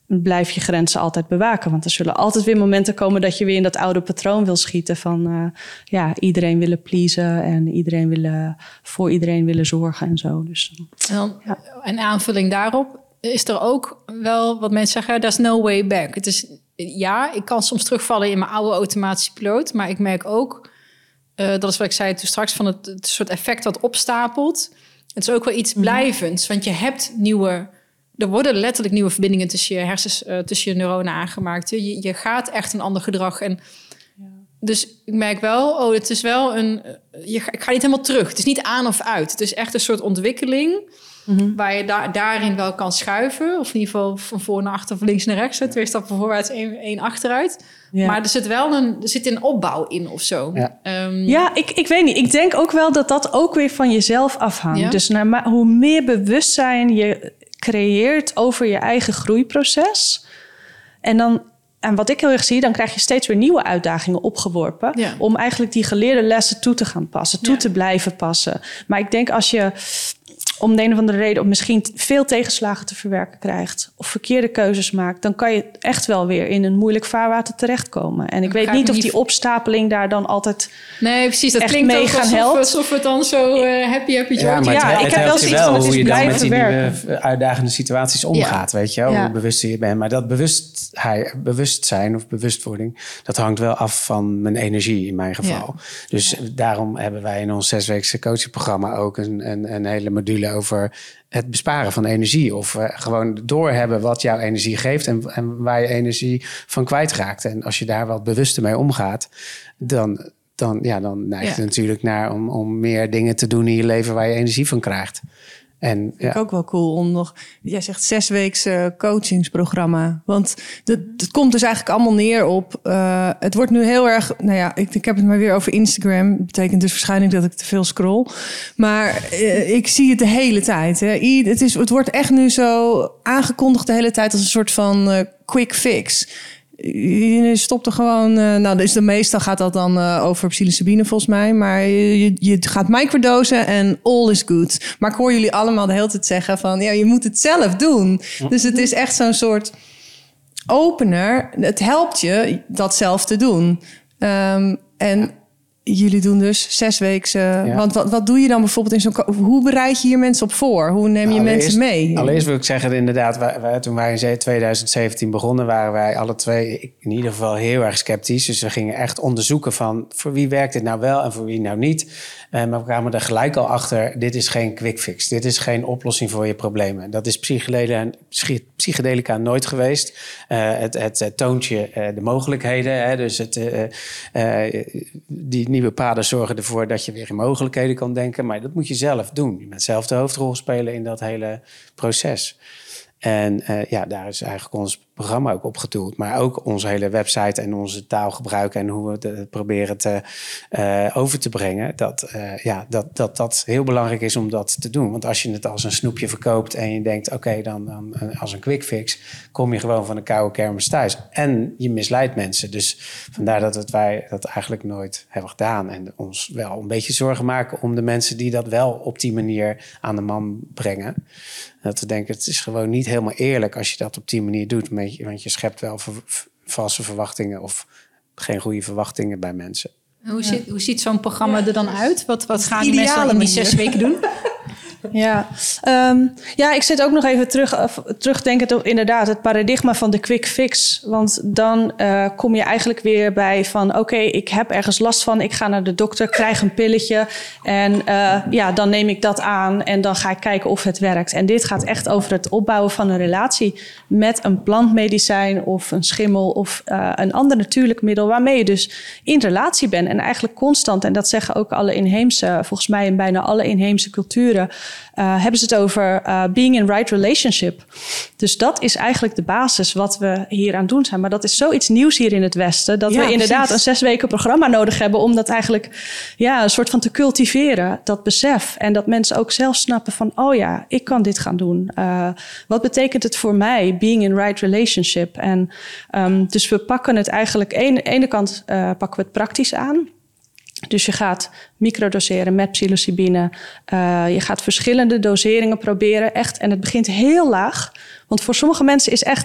blijf je grenzen altijd bewaken. Want er zullen altijd weer momenten komen dat je weer in dat oude patroon wil schieten. Van uh, ja, iedereen willen pleasen en iedereen willen, voor iedereen willen zorgen en zo. Dus, en dan, ja. een aanvulling daarop is er ook wel wat mensen zeggen, there's no way back. Het is, ja, ik kan soms terugvallen in mijn oude automatische piloot, maar ik merk ook, uh, dat is wat ik zei toen straks, van het, het soort effect dat opstapelt. Het is ook wel iets blijvends, want je hebt nieuwe... Er worden letterlijk nieuwe verbindingen tussen je hersens, uh, tussen je neuronen aangemaakt. Je, je gaat echt een ander gedrag. En ja. Dus ik merk wel, oh, het is wel een... Je, ik ga niet helemaal terug. Het is niet aan of uit. Het is echt een soort ontwikkeling... Mm-hmm. Waar je da- daarin wel kan schuiven. Of in ieder geval van voor naar achter, van links naar rechts. Twee stappen voorwaarts, één, één achteruit. Ja. Maar er zit wel een, er zit een opbouw in of zo. Ja, um, ja ik, ik weet niet. Ik denk ook wel dat dat ook weer van jezelf afhangt. Ja? Dus naar, hoe meer bewustzijn je creëert over je eigen groeiproces. En dan, en wat ik heel erg zie, dan krijg je steeds weer nieuwe uitdagingen opgeworpen. Ja. Om eigenlijk die geleerde lessen toe te gaan passen. Toe ja. te blijven passen. Maar ik denk als je om de een of andere reden of misschien veel tegenslagen te verwerken krijgt of verkeerde keuzes maakt, dan kan je echt wel weer in een moeilijk vaarwater terechtkomen. En ik weet niet of die opstapeling daar dan altijd nee, precies, dat echt klinkt mee gaan helpen. Alsof het dan zo uh, happy happy ja, maar ja, het, ik het heb wel zoiets van het is blijven die werken. nieuwe uitdagende situaties omgaat, ja. weet je wel, ja. hoe bewuster je bent. Maar dat bewustzijn, bewustzijn of bewustwording, dat hangt wel af van mijn energie in mijn geval. Ja. Dus ja. daarom hebben wij in ons zesweekse coachingprogramma ook een, een, een hele module over het besparen van energie. Of uh, gewoon doorhebben wat jouw energie geeft en, en waar je energie van kwijtraakt. En als je daar wat bewuster mee omgaat, dan, dan, ja, dan neigt ja. het natuurlijk naar om, om meer dingen te doen in je leven waar je energie van krijgt. En, Vind ja. ik ook wel cool om nog... Jij zegt zesweekse coachingsprogramma. Want het, het komt dus eigenlijk allemaal neer op... Uh, het wordt nu heel erg... Nou ja, ik, ik heb het maar weer over Instagram. Dat betekent dus waarschijnlijk dat ik te veel scroll. Maar uh, ik zie het de hele tijd. Hè. I, het, is, het wordt echt nu zo aangekondigd de hele tijd... als een soort van uh, quick fix... Je stopt er gewoon... Uh, nou, dus de meestal gaat dat dan uh, over psilocybine volgens mij. Maar je, je gaat microdosen en all is good. Maar ik hoor jullie allemaal de hele tijd zeggen van... ja, je moet het zelf doen. Dus het is echt zo'n soort opener. Het helpt je dat zelf te doen. Um, en... Jullie doen dus zesweekse... Ja. Want wat, wat doe je dan bijvoorbeeld in zo'n... Hoe bereid je hier mensen op voor? Hoe neem je nou, mensen mee? Allereerst wil ik zeggen, inderdaad... Wij, wij, toen wij in twintig zeventien begonnen... waren wij alle twee in ieder geval heel erg sceptisch. Dus we gingen echt onderzoeken van... voor wie werkt dit nou wel en voor wie nou niet. Uh, maar we kwamen er gelijk al achter... dit is geen quick fix. Dit is geen oplossing voor je problemen. Dat is psychedelica, psychedelica nooit geweest. Uh, het, het, het toont je uh, de mogelijkheden. Hè, dus het, uh, uh, die nieuwe paden zorgen ervoor dat je weer in mogelijkheden kan denken. Maar dat moet je zelf doen. Je bent zelf de hoofdrol spelen in dat hele proces. En uh, ja, daar is eigenlijk ons programma ook op gedoeld. Maar ook onze hele website en onze taalgebruik... en hoe we het proberen te, uh, over te brengen... Dat, uh, ja, dat, dat dat heel belangrijk is om dat te doen. Want als je het als een snoepje verkoopt... en je denkt, oké, okay, dan, dan als een quick fix... kom je gewoon van de koude kermis thuis. En je misleidt mensen. Dus vandaar dat het, wij dat eigenlijk nooit hebben gedaan. En ons wel een beetje zorgen maken... om de mensen die dat wel op die manier aan de man brengen... Dat we denken, het is gewoon niet helemaal eerlijk als je dat op die manier doet. Want je schept wel valse verwachtingen of geen goede verwachtingen bij mensen. Hoe, ja. ziet, hoe ziet zo'n programma ja. er dan uit? Wat, wat gaan die mensen in die zes weken doen? Ja, um, ja, ik zit ook nog even terug, uh, terugdenken op inderdaad het paradigma van de quick fix. Want dan uh, kom je eigenlijk weer bij van oké, okay, ik heb ergens last van. Ik ga naar de dokter, krijg een pilletje en uh, ja, dan neem ik dat aan en dan ga ik kijken of het werkt. En dit gaat echt over het opbouwen van een relatie met een plantmedicijn of een schimmel of uh, een ander natuurlijk middel waarmee je dus in relatie bent en eigenlijk constant. En dat zeggen ook alle inheemse, volgens mij in bijna alle inheemse culturen. Uh, hebben ze het over uh, being in right relationship. Dus dat is eigenlijk de basis wat we hier aan doen zijn. Maar dat is zoiets nieuws hier in het Westen... dat ja, we inderdaad precies. een zes weken programma nodig hebben... om dat eigenlijk ja, een soort van te cultiveren, dat besef. En dat mensen ook zelf snappen van... oh ja, ik kan dit gaan doen. Uh, wat betekent het voor mij, being in right relationship? En um, dus we pakken het eigenlijk... aan de ene kant uh, pakken we het praktisch aan... Dus je gaat microdoseren met psilocybine. Uh, je gaat verschillende doseringen proberen. Echt, en het begint heel laag. Want voor sommige mensen is echt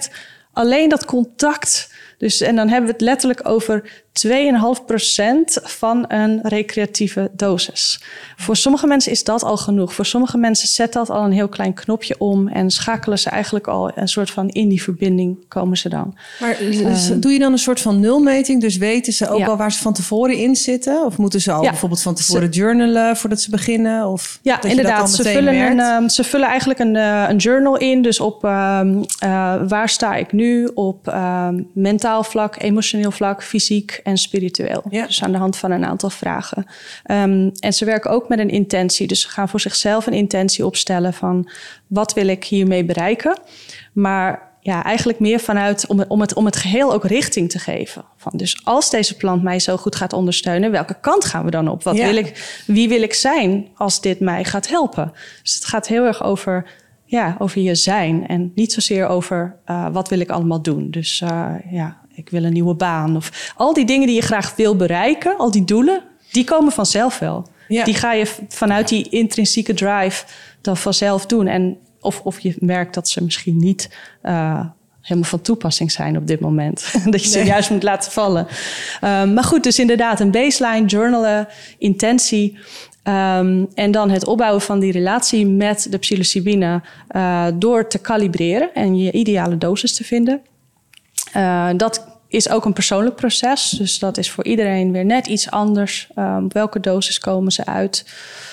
alleen dat contact. Dus, en dan hebben we het letterlijk over twee komma vijf procent van een recreatieve dosis. Voor sommige mensen is dat al genoeg. Voor sommige mensen zet dat al een heel klein knopje om en schakelen ze eigenlijk al een soort van in die verbinding komen ze dan. Maar dus, uh, doe je dan een soort van nulmeting? Dus weten ze ook ja. al waar ze van tevoren in zitten? Of moeten ze al ja. bijvoorbeeld van tevoren journalen voordat ze beginnen? Of ja, dat inderdaad. Ze vullen, een, uh, ze vullen eigenlijk een, uh, een journal in. Dus op uh, uh, waar sta ik nu? Op uh, mentaal vlak, emotioneel vlak, fysiek en spiritueel. Ja. Dus aan de hand van een aantal vragen. Um, en ze werken ook met een intentie. Dus ze gaan voor zichzelf een intentie opstellen van wat wil ik hiermee bereiken? Maar ja, eigenlijk meer vanuit om het, om het, om het geheel ook richting te geven. Van, dus als deze plant mij zo goed gaat ondersteunen, welke kant gaan we dan op? Wat ja. wil ik, wie wil ik zijn als dit mij gaat helpen? Dus het gaat heel erg over, ja, over je zijn en niet zozeer over uh, wat wil ik allemaal doen. Dus uh, ja, ik wil een nieuwe baan. Of al die dingen die je graag wil bereiken, al die doelen, die komen vanzelf wel. Ja. Die ga je vanuit die intrinsieke drive dan vanzelf doen. En of, of je merkt dat ze misschien niet uh, helemaal van toepassing zijn op dit moment. Dat je ze nee. juist moet laten vallen. Um, maar goed, dus inderdaad een baseline, journalen, intentie. Um, en dan het opbouwen van die relatie met de psilocybine uh, door te kalibreren en je ideale dosis te vinden. Uh, dat is ook een persoonlijk proces. Dus dat is voor iedereen weer net iets anders. Um, op welke dosis komen ze uit?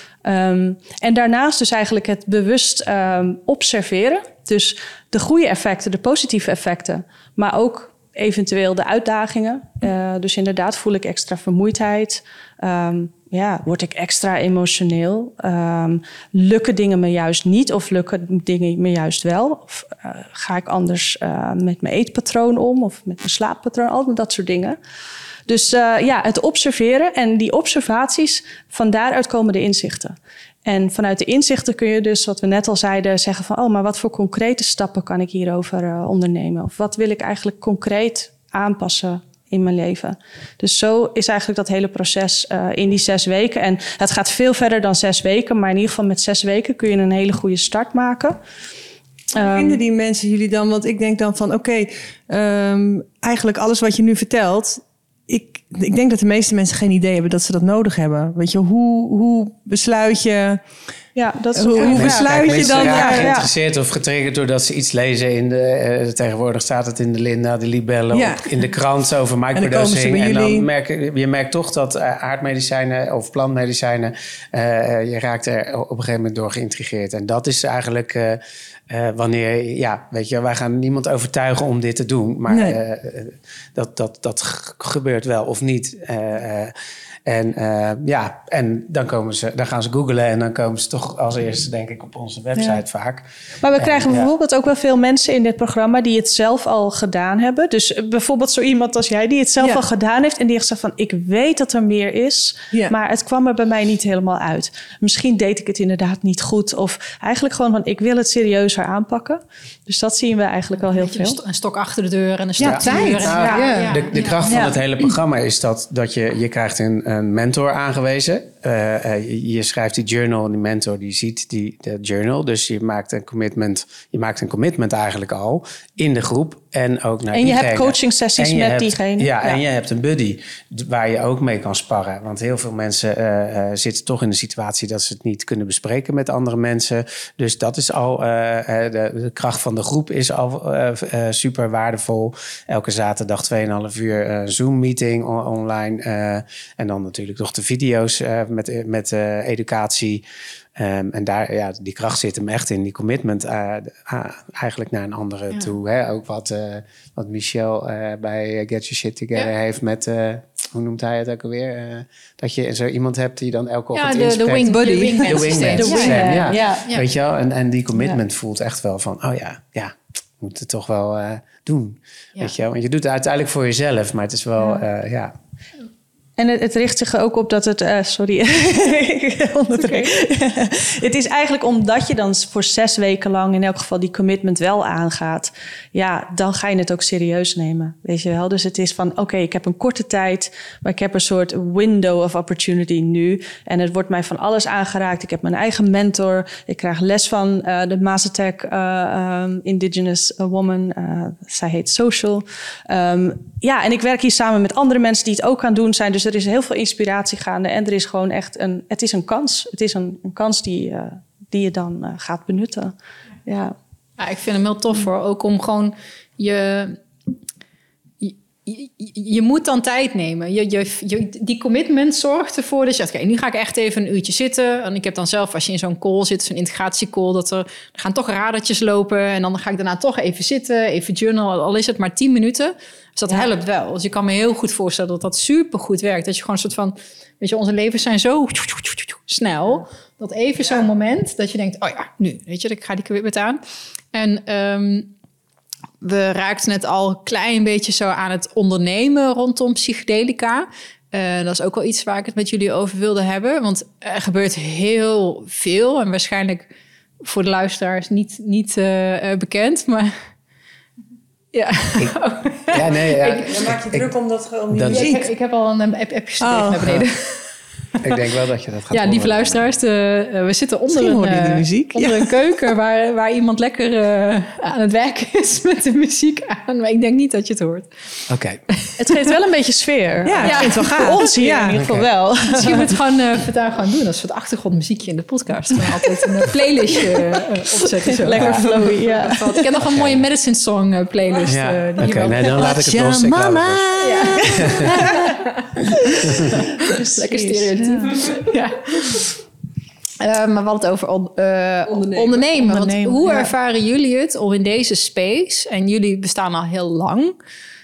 Um, en daarnaast dus eigenlijk het bewust um, observeren. Dus de goede effecten, de positieve effecten. Maar ook eventueel de uitdagingen. Uh, dus inderdaad voel ik extra vermoeidheid. Um, ja, word ik extra emotioneel? Um, lukken dingen me juist niet of lukken dingen me juist wel? Of uh, ga ik anders uh, met mijn eetpatroon om of met mijn slaappatroon? Al dat soort dingen. Dus uh, ja, het observeren en die observaties, van daaruit komen de inzichten. En vanuit de inzichten kun je dus, wat we net al zeiden, zeggen van, oh, maar wat voor concrete stappen kan ik hierover uh, ondernemen? Of wat wil ik eigenlijk concreet aanpassen in mijn leven? Dus zo is eigenlijk dat hele proces uh, in die zes weken. En het gaat veel verder dan zes weken, maar in ieder geval met zes weken kun je een hele goede start maken. Hoe vinden die mensen jullie dan? Want ik denk dan van, oké, okay, um, eigenlijk alles wat je nu vertelt, Ik, ik denk dat de meeste mensen geen idee hebben dat ze dat nodig hebben. Weet je, hoe, hoe besluit je... Ja, dat is hoe, hoe besluit Kijk, je dan? Ja, ja, geïnteresseerd ja. of getriggerd doordat ze iets lezen in de... Uh, tegenwoordig staat het in de Linda, de Libelle, ja. op, in de krant over microdosing. En, en dan merk je merkt toch dat uh, aardmedicijnen of plantmedicijnen... Uh, je raakt er op een gegeven moment door geïntrigeerd. En dat is eigenlijk... Uh, Uh, wanneer, ja, weet je, wij gaan niemand overtuigen om dit te doen. Maar nee. uh, dat, dat, dat gebeurt wel of niet. Uh, uh, en uh, ja, en dan, komen ze, dan gaan ze googlen en dan komen ze toch als eerste, denk ik, op onze website ja. vaak. Maar we en, krijgen ja. bijvoorbeeld ook wel veel mensen in dit programma die het zelf al gedaan hebben. Dus bijvoorbeeld zo iemand als jij die het zelf ja. al gedaan heeft en die zegt van, ik weet dat er meer is, ja. maar het kwam er bij mij niet helemaal uit. Misschien deed ik het inderdaad niet goed of eigenlijk gewoon van, ik wil het serieuzer aanpakken. Dus dat zien we eigenlijk al heel veel. Een stok achter de deur en een structuur. Ja, en ja. ja. Ja. De, de kracht van ja. het hele programma is dat, dat je, je krijgt een, een mentor aangewezen. Uh, uh, je, je schrijft die journal en die mentor die ziet die de journal. Dus je maakt een commitment. Je maakt een commitment eigenlijk al in de groep en ook naar En je diegene. hebt coaching sessies met hebt, diegene. Ja, ja, en je hebt een buddy waar je ook mee kan sparren. Want heel veel mensen uh, uh, zitten toch in de situatie dat ze het niet kunnen bespreken met andere mensen. Dus dat is al uh, de, de kracht van de groep is al uh, uh, super waardevol. Elke zaterdag twee en een half uur uh, Zoom-meeting on- online. Uh, en dan natuurlijk nog de video's uh, met, met uh, educatie. Um, en daar, ja, die kracht zit hem echt in, die commitment uh, uh, eigenlijk naar een andere ja. toe. Hè? Ook wat, uh, wat Michel uh, bij Get Your Shit Together ja. heeft met, uh, hoe noemt hij het ook alweer? Uh, dat je zo iemand hebt die dan elke ochtend ja, de, inspreekt. De wing buddy. De wingman. De wingman. De wingman. Ja. Ja. Ja. Ja. Weet je wel? En, en die commitment ja. voelt echt wel van, oh ja, ja, we moeten het toch wel uh, doen. Ja. Weet je wel? Want je doet het uiteindelijk voor jezelf, maar het is wel, ja... Uh, ja En het, het richt zich er ook op dat het... Uh, sorry, onderdruk. Het is eigenlijk omdat je dan voor zes weken lang... in elk geval die commitment wel aangaat... ja, dan ga je het ook serieus nemen, weet je wel. Dus het is van, oké, okay, ik heb een korte tijd... maar ik heb een soort window of opportunity nu... en het wordt mij van alles aangeraakt. Ik heb mijn eigen mentor. Ik krijg les van uh, de Mazatec uh, um, Indigenous Woman. Uh, zij heet Social. Um, ja, en ik werk hier samen met andere mensen... die het ook aan doen zijn. Dus er is heel veel inspiratie gaande. En er is gewoon echt een... Het is een kans. Het is een, een kans die, uh, die je dan uh, gaat benutten. Ja. Ja, ik vind hem heel tof hoor. Ook om gewoon je... Je, je, je moet dan tijd nemen. Je, je, je, die commitment zorgt ervoor dat je zegt... oké, nu ga ik echt even een uurtje zitten. En ik heb dan zelf, als je in zo'n call zit... zo'n integratiecall, dat er, er gaan toch radertjes lopen... en dan ga ik daarna toch even zitten, even journal... al is het maar tien minuten... Dus dat ja. helpt wel. Dus ik kan me heel goed voorstellen dat dat supergoed werkt. Dat je gewoon een soort van... Weet je, onze levens zijn zo snel... dat even zo'n moment dat je denkt... oh ja, nu, weet je, ik ga die commitment aan. En um, we raakten het al een klein beetje zo aan het ondernemen... rondom psychedelica. Uh, dat is ook wel iets waar ik het met jullie over wilde hebben. Want er gebeurt heel veel... en waarschijnlijk voor de luisteraars niet, niet uh, bekend... maar... Ja. Ik, ja, nee, ja. Ik, dan maak je druk om dat om die ja, ik, heb, ik heb al een app gestuurd oh. naar beneden. Ik denk wel dat je dat gaat Ja, lieve luisteraars, de, uh, we zitten onder, een, uh, de muziek. onder ja. een keuken... Waar, waar iemand lekker uh, aan het werk is met de muziek aan. Maar ik denk niet dat je het hoort. Oké. Okay. Het geeft wel een beetje sfeer. Ja, ja. ik vind het wel gaaf. Voor ons hier ja. in ieder geval okay. wel. Misschien moet het gewoon uh, vandaag gaan doen. Als een soort achtergrondmuziekje in de podcast. We altijd een uh, playlistje uh, opzetten. Zo. Lekker ja. flowy, ja. Ik heb nog een mooie medicine song uh, playlist. Ja. Uh, Oké, okay, nee, dan laat ik het los. Ik mama. Ja. Lekker stereotyp. Ja. Uh, maar we hadden het over on, uh, ondernemen. ondernemen. ondernemen. Want hoe ja. ervaren jullie het om in deze space... en jullie bestaan al heel lang...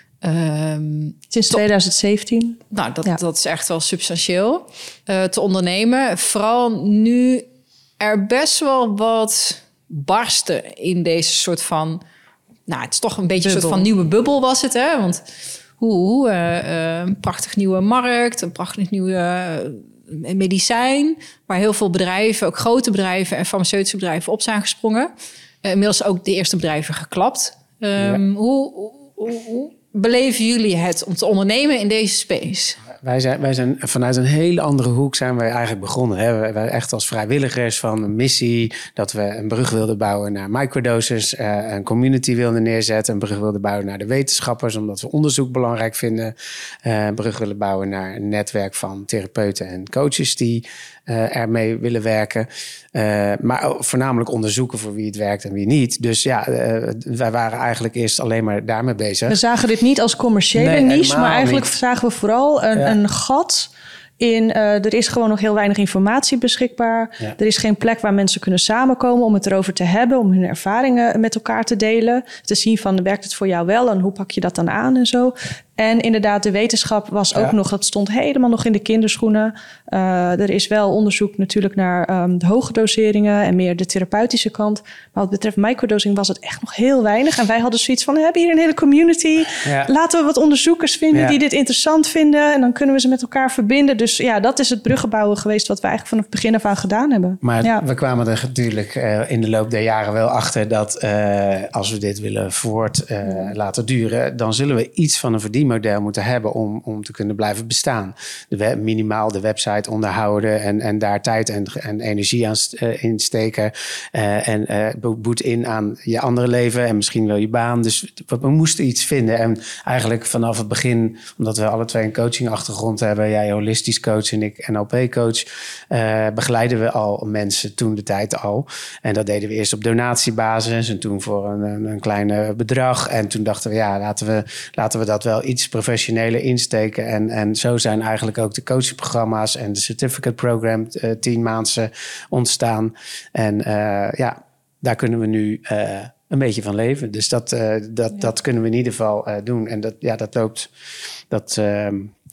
Um, Sinds twintig zeventien. Nou, dat, ja. dat is echt wel substantieel uh, te ondernemen. Vooral nu er best wel wat barsten in deze soort van... Nou, het is toch een beetje bubbel. Een soort van nieuwe bubbel was het, hè? Want hoe, uh, uh, een prachtig nieuwe markt, een prachtig nieuwe uh, medicijn... waar heel veel bedrijven, ook grote bedrijven en farmaceutische bedrijven op zijn gesprongen. Uh, inmiddels ook de eerste bedrijven geklapt. Um, ja. Hoe... hoe, hoe beleven jullie het om te ondernemen in deze space? Wij zijn, wij zijn vanuit een hele andere hoek zijn wij eigenlijk begonnen. Hè? Wij echt als vrijwilligers van een missie... dat we een brug wilden bouwen naar microdoses... Uh, een community wilden neerzetten... een brug wilden bouwen naar de wetenschappers... omdat we onderzoek belangrijk vinden. Uh, een brug willen bouwen naar een netwerk van therapeuten en coaches... die uh, ermee willen werken. Uh, maar voornamelijk onderzoeken voor wie het werkt en wie niet. Dus ja, uh, wij waren eigenlijk eerst alleen maar daarmee bezig. We zagen dit niet als commerciële nee, niche... maar eigenlijk niet. Zagen we vooral een, ja. een gat... In, uh, er is gewoon nog heel weinig informatie beschikbaar. Ja. Er is geen plek waar mensen kunnen samenkomen om het erover te hebben... om hun ervaringen met elkaar te delen. Te zien van, werkt het voor jou wel en hoe pak je dat dan aan en zo. En inderdaad, de wetenschap was ook ja. nog... dat stond helemaal nog in de kinderschoenen. Uh, er is wel onderzoek natuurlijk naar um, de hoge doseringen... en meer de therapeutische kant. Maar wat betreft microdosing was het echt nog heel weinig. En wij hadden zoiets van, we hebben hier een hele community. Ja. Laten we wat onderzoekers vinden ja. die dit interessant vinden... en dan kunnen we ze met elkaar verbinden. Dus ja, dat is het bruggenbouwen geweest... wat we eigenlijk vanaf het begin af aan gedaan hebben. Maar ja. we kwamen er natuurlijk uh, in de loop der jaren wel achter... dat uh, als we dit willen voort uh, ja. laten duren... dan zullen we iets van een verdienmodel moeten hebben om, om te kunnen blijven bestaan. De web, minimaal de website onderhouden en, en daar tijd en, en energie aan uh, insteken. Uh, en uh, boet in aan je andere leven en misschien wel je baan. Dus we, we moesten iets vinden. En eigenlijk vanaf het begin, omdat we alle twee een coachingachtergrond hebben, jij holistisch coach en ik N L P-coach, uh, begeleiden we al mensen toen de tijd al. En dat deden we eerst op donatiebasis en toen voor een, een, een klein bedrag. En toen dachten we, ja, laten we, laten we dat wel iets professioneler insteken. En, en zo zijn eigenlijk ook de coachingprogramma's en de certificate program uh, tien maanden ontstaan. En uh, ja, daar kunnen we nu uh, een beetje van leven. Dus dat, uh, dat, ja. dat kunnen we in ieder geval uh, doen. En dat, ja, dat loopt... Dat, uh,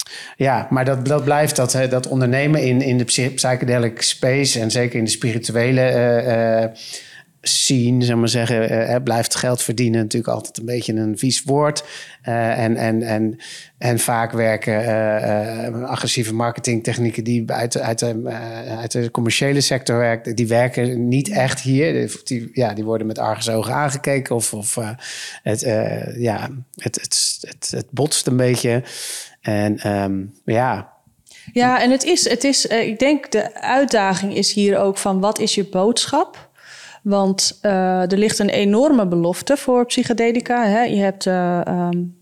ja, maar dat, dat blijft dat, dat ondernemen in, in de psychedelic space... en zeker in de spirituele... Uh, uh, scene, zeg maar zeggen, uh, blijft geld verdienen natuurlijk altijd een beetje een vies woord. Uh, en, en, en, en vaak werken uh, uh, agressieve marketingtechnieken die uit, uit, de, uh, uit de commerciële sector werken, die werken niet echt hier. Die, ja, die worden met argusogen aangekeken of, of uh, het, uh, ja, het, het, het, het botst een beetje. En um, ja... Ja, en het is, het is uh, ik denk de uitdaging is hier ook van wat is je boodschap? Want uh, er ligt een enorme belofte voor psychedelica. Hè? Je hebt uh, um,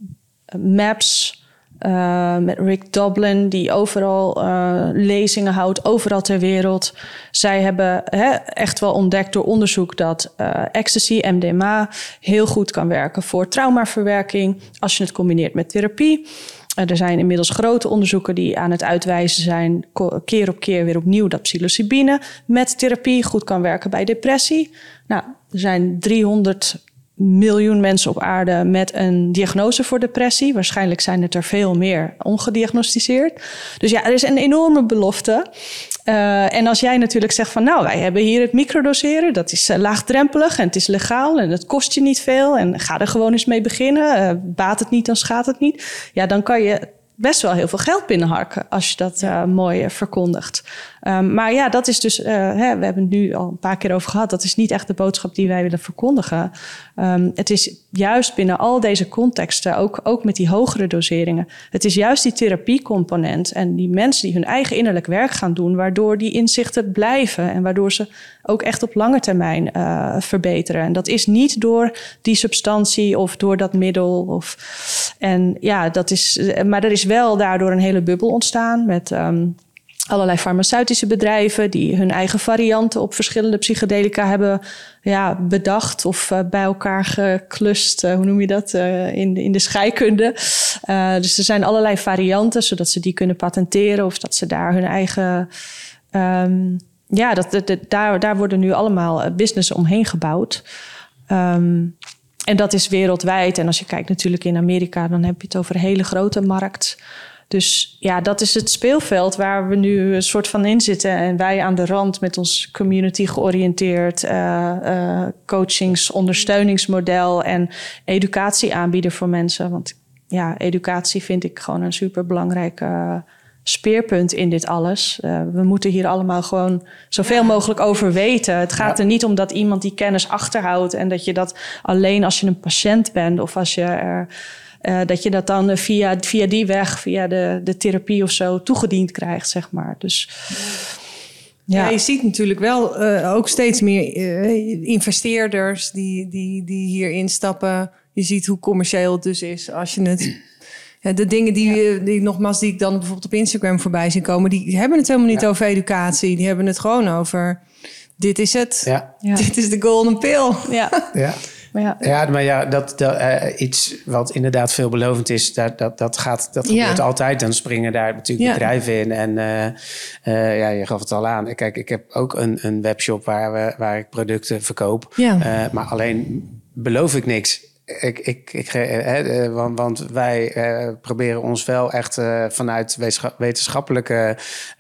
Maps uh, met Rick Doblin, die overal uh, lezingen houdt, overal ter wereld. Zij hebben hè, echt wel ontdekt door onderzoek dat uh, ecstasy, M D M A, heel goed kan werken voor traumaverwerking als je het combineert met therapie. Er zijn inmiddels grote onderzoeken die aan het uitwijzen zijn, keer op keer weer opnieuw, dat psilocybine met therapie goed kan werken bij depressie. Nou, er zijn driehonderd miljoen mensen op aarde met een diagnose voor depressie. Waarschijnlijk zijn het er veel meer ongediagnosticeerd. Dus ja, er is een enorme belofte. Uh, en als jij natuurlijk zegt van nou, wij hebben hier het microdoseren. Dat is uh, laagdrempelig en het is legaal en het kost je niet veel. En ga er gewoon eens mee beginnen. Uh, baat het niet, dan schaadt het niet. Ja, dan kan je best wel heel veel geld binnenharken als je dat uh, mooi uh, verkondigt. Um, maar ja, dat is dus, uh, hè, we hebben het nu al een paar keer over gehad. Dat is niet echt de boodschap die wij willen verkondigen. Um, het is juist binnen al deze contexten, ook, ook met die hogere doseringen. Het is juist die therapiecomponent en die mensen die hun eigen innerlijk werk gaan doen, waardoor die inzichten blijven en waardoor ze ook echt op lange termijn uh, verbeteren. En dat is niet door die substantie of door dat middel. Of, en ja, dat is, maar er is wel daardoor een hele bubbel ontstaan met Um, allerlei farmaceutische bedrijven die hun eigen varianten op verschillende psychedelica hebben ja, bedacht of uh, bij elkaar geklust. Uh, hoe noem je dat? Uh, in, in de scheikunde. Uh, dus er zijn allerlei varianten, zodat ze die kunnen patenteren of dat ze daar hun eigen Um, ja, dat, dat, dat, daar, daar worden nu allemaal business omheen gebouwd. Um, en dat is wereldwijd. En als je kijkt natuurlijk in Amerika, dan heb je het over een hele grote markt. Dus ja, dat is het speelveld waar we nu een soort van in zitten. En wij aan de rand met ons community georiënteerd uh, uh, coachings, ondersteuningsmodel en educatie aanbieden voor mensen. Want ja, educatie vind ik gewoon een superbelangrijk uh, speerpunt in dit alles. Uh, we moeten hier allemaal gewoon zoveel mogelijk over weten. Het gaat ja. er niet om dat iemand die kennis achterhoudt en dat je dat alleen als je een patiënt bent of als je er Uh, dat je dat dan via, via die weg, via de, de therapie of zo, toegediend krijgt, zeg maar. Dus ja, ja je ziet natuurlijk wel uh, ook steeds meer uh, investeerders die, die, die hier instappen. Je ziet hoe commercieel het dus is als je het. Ja, de dingen die, ja. die nogmaals die ik dan bijvoorbeeld op Instagram voorbij zie komen, die hebben het helemaal niet ja. over educatie. Die hebben het gewoon over dit is het. Ja. Ja. Dit is de golden pill. Ja. ja. Maar ja, ja, maar ja, dat, dat uh, iets wat inderdaad veelbelovend is, dat, dat, dat gaat, dat gebeurt ja. altijd. Dan springen daar natuurlijk ja. bedrijven in. En uh, uh, ja, je gaf het al aan. Kijk, ik heb ook een, een webshop waar, we, waar ik producten verkoop. Ja. Uh, maar alleen beloof ik niks. Ik, ik, ik, hè, want, want wij uh, proberen ons wel echt uh, vanuit wetenschappelijke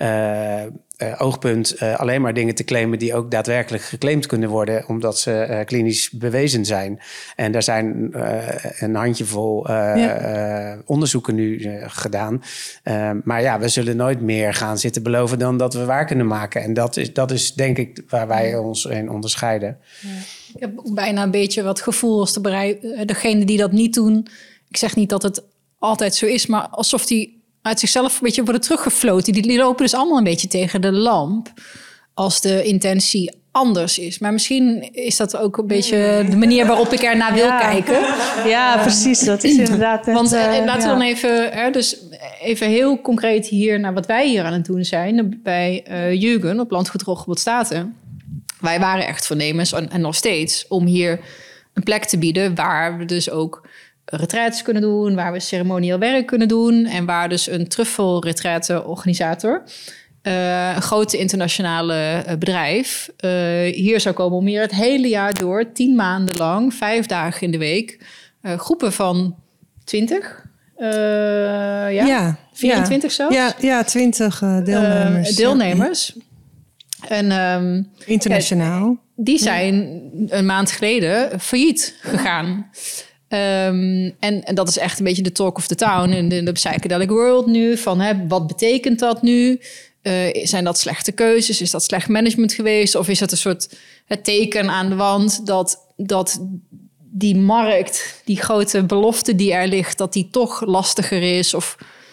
uh, uh, oogpunt uh, alleen maar dingen te claimen die ook daadwerkelijk geclaimd kunnen worden, omdat ze uh, klinisch bewezen zijn. En daar zijn uh, een handjevol uh, ja. uh, onderzoeken nu uh, gedaan. Uh, maar ja, we zullen nooit meer gaan zitten beloven dan dat we waar kunnen maken. En dat is, dat is denk ik waar wij ons in onderscheiden. Ja. Ik heb ook bijna een beetje wat gevoel als de bedrijf, degene die dat niet doen. Ik zeg niet dat het altijd zo is, maar alsof die uit zichzelf een beetje worden teruggefloten. Die, die lopen dus allemaal een beetje tegen de lamp als de intentie anders is. Maar misschien is dat ook een beetje de manier waarop ik ernaar wil ja. kijken. Ja, precies. Dat is inderdaad net, Want uh, laten ja. we dan even, hè, dus even heel concreet hier naar wat wij hier aan het doen zijn. Bij uh, Jürgen op Landgoed Roggebod Staten. Wij waren echt voornemens, en nog steeds, om hier een plek te bieden waar we dus ook retraites kunnen doen, waar we ceremonieel werk kunnen doen en waar dus een truffelretraite-organisator, uh, een grote internationale uh, bedrijf, uh, hier zou komen om hier het hele jaar door, tien maanden lang, vijf dagen in de week, uh, groepen van twintig, uh, ja, ja, vierentwintig ja. zelfs. Ja, ja, twintig uh, deelnemers. Uh, deelnemers. Ja. En, um, internationaal. die zijn ja. een maand geleden failliet gegaan. Um, en, en dat is echt een beetje de talk of the town in de, in de psychedelic world nu. Van, hè, wat betekent dat nu? Uh, zijn dat slechte keuzes? Is dat slecht management geweest? Of is dat een soort het teken aan de wand dat, dat die markt, die grote belofte die er ligt, dat die toch lastiger is of,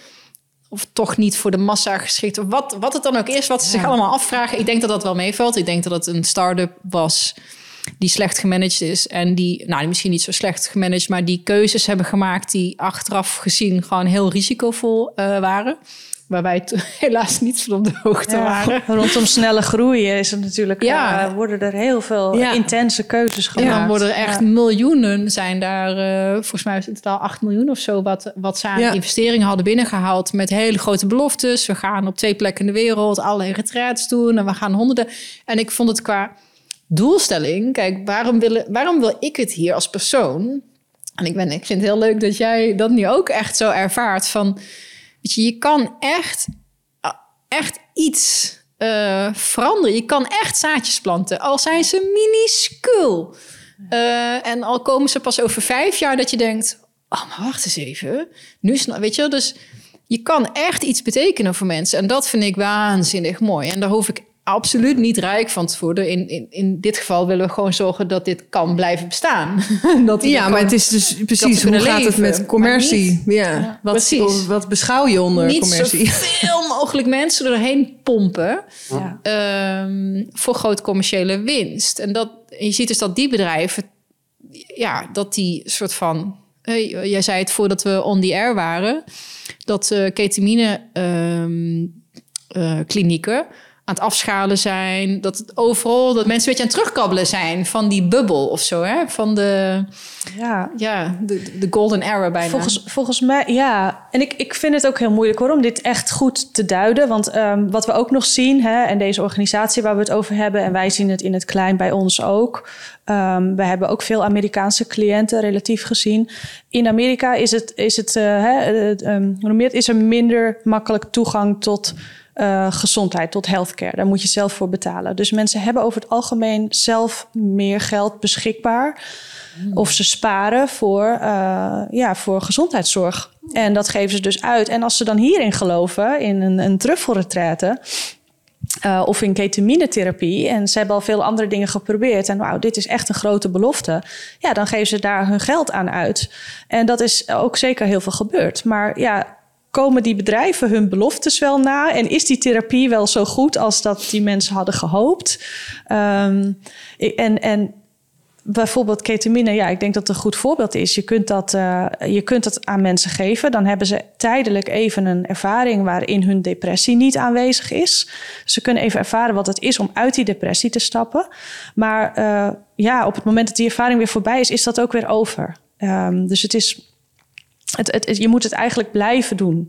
of toch niet voor de massa geschikt? Of wat, wat het dan ook is, wat ze ja. zich allemaal afvragen. Ik denk dat dat wel meevalt. Ik denk dat het een start-up was die slecht gemanaged is. En die, nou misschien niet zo slecht gemanaged, maar die keuzes hebben gemaakt die achteraf gezien gewoon heel risicovol uh, waren. Waar wij t- helaas niet van op de hoogte ja, waren. Rondom snelle groei is het natuurlijk, ja. uh, worden er heel veel ja. intense keuzes gemaakt. En dan worden er echt ja. miljoenen, zijn daar, uh, volgens mij is het totaal acht miljoen of zo, wat, wat ze aan ja. investeringen hadden binnengehaald met hele grote beloftes. We gaan op twee plekken in de wereld allerlei retraits doen en we gaan honderden. En ik vond het qua doelstelling, kijk, waarom, willen, waarom wil ik het hier als persoon? En ik, ben, ik vind het heel leuk dat jij dat nu ook echt zo ervaart van, weet je, je kan echt, echt iets uh, veranderen. Je kan echt zaadjes planten, al zijn ze minuscuul. Uh, en al komen ze pas over vijf jaar dat je denkt, oh, maar wacht eens even. Nu snap, weet je, dus je kan echt iets betekenen voor mensen. En dat vind ik waanzinnig mooi. En daar hoef ik absoluut niet rijk van te worden. In, in, in dit geval willen we gewoon zorgen dat dit kan blijven bestaan. dat ja, maar gewoon, het is dus precies, hoe gaat leven, het met commercie? Niet, ja. Ja, wat, precies. Wat beschouw je onder niet commercie? Niet zoveel mogelijk mensen doorheen pompen ja. um, voor groot commerciële winst. En dat, je ziet dus dat die bedrijven, ja, dat die soort van, hey, jij zei het voordat we on the air waren, dat uh, ketamine um, uh, klinieken aan het afschalen zijn, dat het overal, dat mensen een beetje aan het terugkabbelen zijn van die bubbel of zo, hè? Van de, ja, ja de, de golden era bijna. Volgens, volgens mij, ja. En ik, ik vind het ook heel moeilijk hoor, om dit echt goed te duiden. Want um, wat we ook nog zien, hè, en deze organisatie waar we het over hebben, en wij zien het in het klein bij ons ook. Um, we hebben ook veel Amerikaanse cliënten, relatief gezien. In Amerika is het, is het, uh, hè, uh, um, hoe noem je het, is er minder makkelijk toegang tot Uh, gezondheid, tot healthcare. Daar moet je zelf voor betalen. Dus mensen hebben over het algemeen zelf meer geld beschikbaar. Mm. Of ze sparen voor, uh, ja, voor gezondheidszorg. En dat geven ze dus uit. En als ze dan hierin geloven, in een, een truffelretraite, Uh, of in ketaminetherapie, en ze hebben al veel andere dingen geprobeerd, en wauw, dit is echt een grote belofte, ja, dan geven ze daar hun geld aan uit. En dat is ook zeker heel veel gebeurd. Maar ja, komen die bedrijven hun beloftes wel na? En is die therapie wel zo goed als dat die mensen hadden gehoopt? Um, en, en bijvoorbeeld ketamine, ja, ik denk dat het een goed voorbeeld is. Je kunt dat, uh, je kunt dat aan mensen geven. Dan hebben ze tijdelijk even een ervaring waarin hun depressie niet aanwezig is. Ze kunnen even ervaren wat het is om uit die depressie te stappen. Maar uh, ja, op het moment dat die ervaring weer voorbij is, is dat ook weer over. Um, dus het is... Het, het, je moet het eigenlijk blijven doen.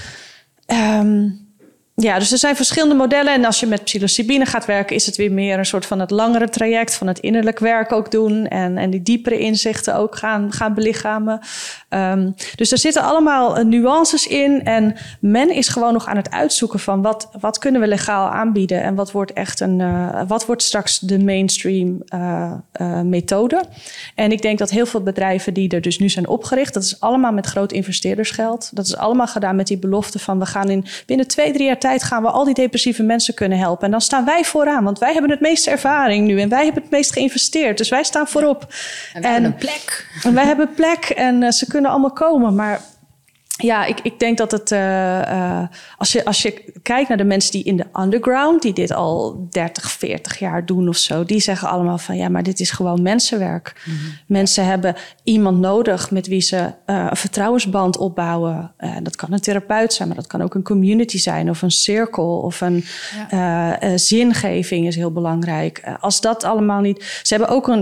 Um, ja, dus er zijn verschillende modellen. En als je met psilocybine gaat werken, is het weer meer een soort van het langere traject van het innerlijk werk ook doen. En, en die diepere inzichten ook gaan, gaan belichamen. Um, dus er zitten allemaal uh, nuances in. En men is gewoon nog aan het uitzoeken van wat, wat kunnen we legaal aanbieden. En wat wordt echt een, uh, wat wordt straks de mainstream uh, uh, methode. En ik denk dat heel veel bedrijven die er dus nu zijn opgericht, dat is allemaal met groot investeerdersgeld. Dat is allemaal gedaan met die belofte van we gaan in binnen twee, drie jaar tijd gaan we al die depressieve mensen kunnen helpen. En dan staan wij vooraan, want wij hebben het meeste ervaring nu. En wij hebben het meest geïnvesteerd. Dus wij staan voorop. En wij en, hebben een plek. En wij hebben plek en uh, ze kunnen allemaal komen. Maar ja, ik, ik denk dat het... Uh, uh, als, je, als je kijkt naar de mensen die in de underground, die dit al dertig, veertig jaar doen of zo, die zeggen allemaal van ja, maar dit is gewoon mensenwerk. Mm-hmm. Mensen hebben iemand nodig met wie ze uh, een vertrouwensband opbouwen. Uh, dat kan een therapeut zijn, maar dat kan ook een community zijn of een cirkel of een ja. uh, uh, zingeving is heel belangrijk. Uh, als dat allemaal niet... Ze hebben ook een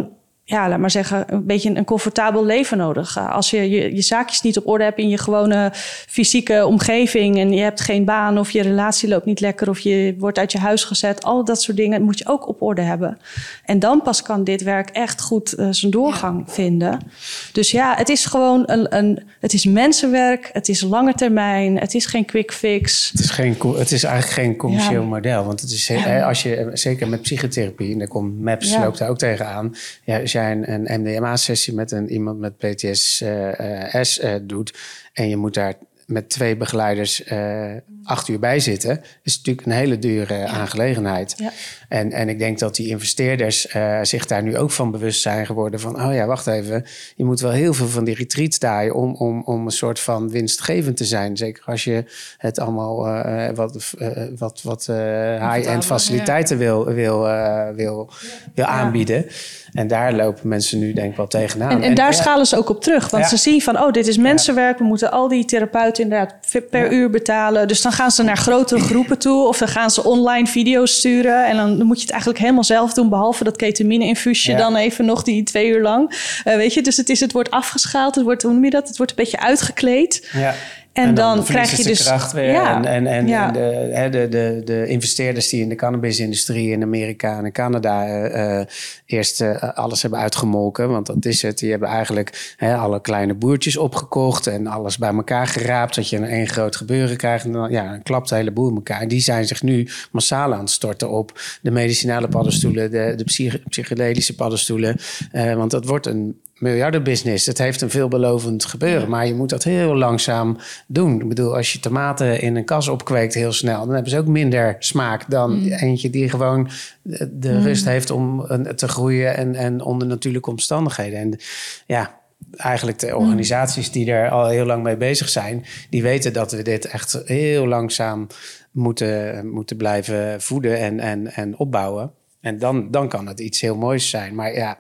ja, laat maar zeggen, een beetje een comfortabel leven nodig. Als je, je je zaakjes niet op orde hebt in je gewone fysieke omgeving en je hebt geen baan of je relatie loopt niet lekker of je wordt uit je huis gezet, al dat soort dingen moet je ook op orde hebben. En dan pas kan dit werk echt goed uh, zijn doorgang ja. vinden. Dus ja, het is gewoon een, een, het is mensenwerk, het is lange termijn, het is geen quick fix. Het is, geen, het is eigenlijk geen commercieel ja. model, want het is Ja. als je zeker met psychotherapie, en daar komt MAPS Ja. loopt daar ook tegenaan. Ja, als jij een, een M D M A-sessie met een, iemand met P T S uh, uh, doet en je moet daar met twee begeleiders uh, acht uur bij zitten, is natuurlijk een hele dure ja. aangelegenheid. Ja. En, en ik denk dat die investeerders uh, zich daar nu ook van bewust zijn geworden van, oh ja, wacht even, je moet wel heel veel van die retreats draaien om, om, om een soort van winstgevend te zijn. Zeker als je het allemaal uh, wat, uh, wat, wat uh, high-end faciliteiten ja. wil, wil, uh, wil, wil aanbieden. Ja. En daar lopen mensen nu denk ik wel tegenaan. En, en, en daar ja. schalen ze ook op terug. Want ja. ze zien van, oh, dit is mensenwerk. We moeten al die therapeuten inderdaad per ja. uur betalen. Dus dan gaan ze naar grotere groepen toe. Of dan gaan ze online video's sturen. En dan moet je het eigenlijk helemaal zelf doen. Behalve dat ketamine-infusje ja. dan even nog die twee uur lang. Uh, weet je, dus het, is, het wordt afgeschaald. Het wordt, hoe noem je dat? Het wordt een beetje uitgekleed. Ja. En, en dan, dan krijg je de dus kracht weer. Ja, en en, en, ja. en de, de, de, de investeerders die in de cannabisindustrie in Amerika en in Canada uh, eerst uh, alles hebben uitgemolken. Want dat is het. Die hebben eigenlijk hè, alle kleine boertjes opgekocht en alles bij elkaar geraapt. Dat je een één groot gebeuren krijgt. En dan, ja, dan klapt de hele boel in elkaar. En die zijn zich nu massaal aan het storten op de medicinale paddenstoelen, de, de psych- psychedelische paddenstoelen. Uh, want dat wordt een miljardenbusiness. Het heeft een veelbelovend gebeuren, ja. maar je moet dat heel langzaam doen. Ik bedoel, als je tomaten in een kas opkweekt heel snel, dan hebben ze ook minder smaak dan mm. eentje die gewoon de mm. rust heeft om te groeien en, en onder natuurlijke omstandigheden. En ja, eigenlijk de organisaties die er al heel lang mee bezig zijn, die weten dat we dit echt heel langzaam moeten, moeten blijven voeden en, en, en opbouwen. En dan, dan kan het iets heel moois zijn. Maar ja,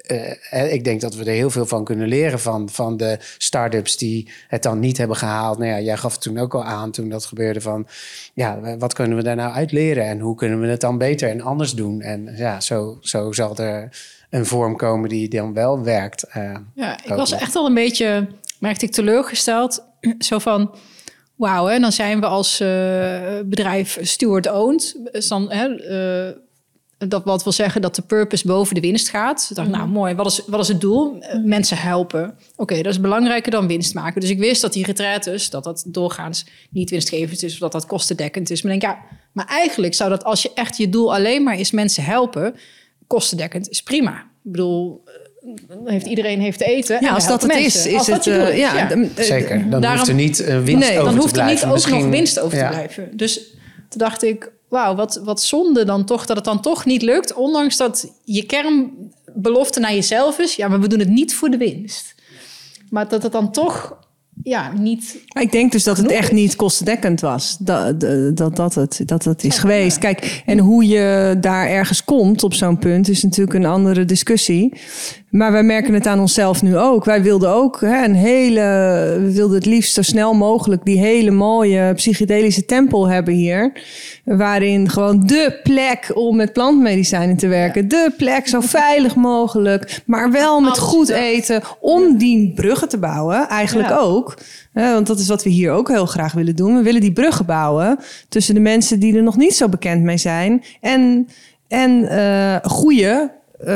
Uh, ik denk dat we er heel veel van kunnen leren van, van de start-ups die het dan niet hebben gehaald. Nou ja, jij gaf het toen ook al aan toen dat gebeurde van, ja, wat kunnen we daar nou uit leren en hoe kunnen we het dan beter en anders doen? En ja, zo, zo zal er een vorm komen die dan wel werkt. Uh, ja, ik was echt al een beetje, merkte ik, teleurgesteld. Zo van, wauw, hè, dan zijn we als uh, bedrijf steward-owned. Dus dan, hè, uh, dat wat wil zeggen dat de purpose boven de winst gaat. Ik dacht, mm. nou mooi, wat is, wat is het doel? Mm. Mensen helpen. Oké, okay, dat is belangrijker dan winst maken. Dus ik wist dat die retraites, dat dat doorgaans niet winstgevend is, of dat dat kostendekkend is. Maar ik denk, ja, maar eigenlijk zou dat, als je echt je doel alleen maar is mensen helpen, kostendekkend is prima. Ik bedoel, heeft iedereen heeft te eten. Ja, als dat het is, is het uh, ja, ja. Zeker. Dan Daarom, hoeft er niet uh, winst nee, over dan hoeft te er niet ook Misschien, nog winst over ja. te blijven. Dus toen dacht ik, wauw, wat, wat zonde dan toch dat het dan toch niet lukt, ondanks dat je kernbelofte naar jezelf is, ja, maar we doen het niet voor de winst. Maar dat het dan toch, ja, niet. Ik denk dus dat het echt niet kostendekkend was. Dat dat, dat het, dat het is ja, geweest. Ja. Kijk, en hoe je daar ergens komt op zo'n punt is natuurlijk een andere discussie. Maar wij merken het aan onszelf nu ook. Wij wilden ook hè, een hele, we wilden het liefst zo snel mogelijk die hele mooie psychedelische tempel hebben hier. Waarin gewoon de plek om met plantmedicijnen te werken. Ja. De plek zo veilig mogelijk, maar wel met goed eten. Om die bruggen te bouwen, eigenlijk ja. ook. Ja, want dat is wat we hier ook heel graag willen doen. We willen die bruggen bouwen tussen de mensen die er nog niet zo bekend mee zijn. En, en uh, goede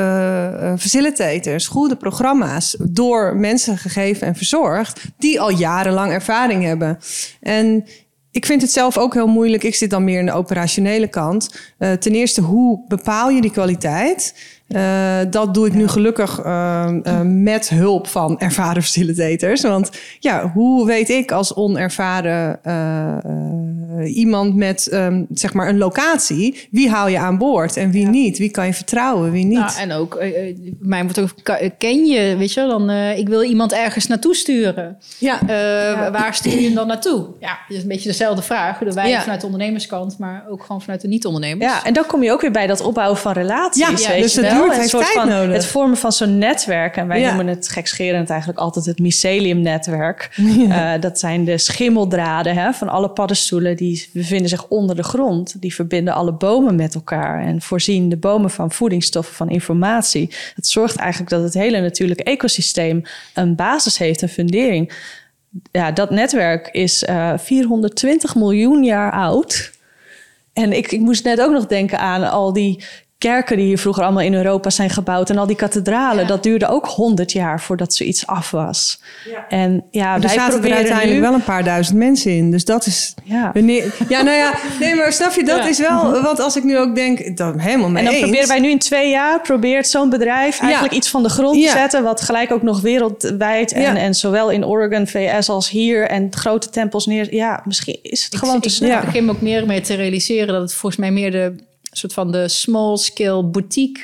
uh, facilitators, goede programma's door mensen gegeven en verzorgd die al jarenlang ervaring hebben. En ik vind het zelf ook heel moeilijk. Ik zit dan meer aan de operationele kant. Uh, ten eerste, hoe bepaal je die kwaliteit? Uh, dat doe ik nu gelukkig uh, uh, met hulp van ervaren facilitators. Want ja, hoe weet ik als onervaren uh, uh, iemand met um, zeg maar een locatie, wie haal je aan boord en wie ja. niet? Wie kan je vertrouwen, wie niet? Nou, en ook, uh, mij wordt ook, ken je, weet je, dan uh, ik wil iemand ergens naartoe sturen. Ja. Uh, ja. Waar stuur je hem dan naartoe? Ja, dat is een beetje dezelfde vraag. Wij ja. vanuit de ondernemerskant, maar ook gewoon vanuit de niet-ondernemers. Ja, en dan kom je ook weer bij dat opbouwen van relaties. Ja, weet dus je het wel? duurt, heeft tijd van, nodig. Het vormen van zo'n netwerk. En wij ja. noemen het gekscherend eigenlijk altijd het myceliumnetwerk. Ja. Uh, dat zijn de schimmeldraden hè, van alle paddenstoelen die die bevinden zich onder de grond. Die verbinden alle bomen met elkaar en voorzien de bomen van voedingsstoffen, van informatie. Het zorgt eigenlijk dat het hele natuurlijke ecosysteem een basis heeft, een fundering. Ja, dat netwerk is uh, vierhonderdtwintig miljoen jaar oud. En ik, ik moest net ook nog denken aan al die kerken die hier vroeger allemaal in Europa zijn gebouwd en al die kathedralen, ja. dat duurde ook honderd jaar voordat zoiets af was. Ja. En ja, er wij zaten proberen er uiteindelijk nu... wel een paar duizend mensen in. Dus dat is... Ja, wanneer, ja nou ja, nee, maar snap je, dat ja. is wel... Want als ik nu ook denk, dat helemaal mee En dan eens. proberen wij nu in twee jaar, probeert zo'n bedrijf eigenlijk ja. iets van de grond ja. te zetten, wat gelijk ook nog wereldwijd en, ja. en zowel in Oregon, V S als hier en grote tempels neer. Ja, misschien is het ik, gewoon ik, te snel. Ik begin me ook meer mee te realiseren dat het volgens mij meer de soort van de small-scale boutique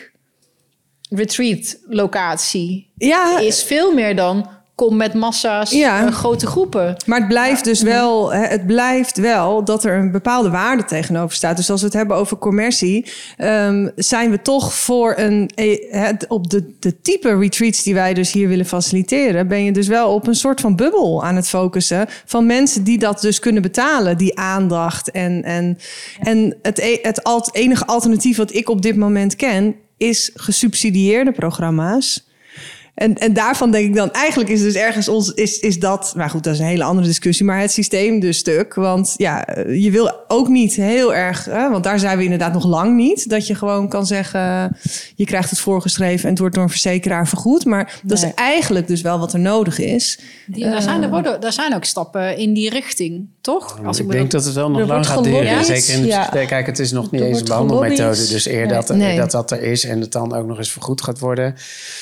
retreat locatie ja. is veel meer dan kom met massa's, ja. uh, grote groepen. Maar het blijft ja. dus wel, het blijft wel dat er een bepaalde waarde tegenover staat. Dus als we het hebben over commercie, um, zijn we toch voor een het, op de, de type retreats die wij dus hier willen faciliteren, ben je dus wel op een soort van bubbel aan het focussen van mensen die dat dus kunnen betalen, die aandacht en en ja. en het het alt, enige alternatief wat ik op dit moment ken is gesubsidieerde programma's. En, en daarvan denk ik dan, eigenlijk is dus ergens ons, is, is dat, maar goed, dat is een hele andere discussie, maar het systeem dus stuk. Want ja, je wil ook niet heel erg, hè, want daar zijn we inderdaad nog lang niet, dat je gewoon kan zeggen, je krijgt het voorgeschreven en het wordt door een verzekeraar vergoed. Maar nee. dat is eigenlijk dus wel wat er nodig is. Die, daar, zijn, er worden, daar zijn ook stappen in die richting, toch? Als ik ik denk dat het wel nog lang gaat duren. Ja. Zeker in ja. Kijk, het is nog niet er eens een behandelmethode, dus eer, nee. dat, nee. dat dat er is en het dan ook nog eens vergoed gaat worden.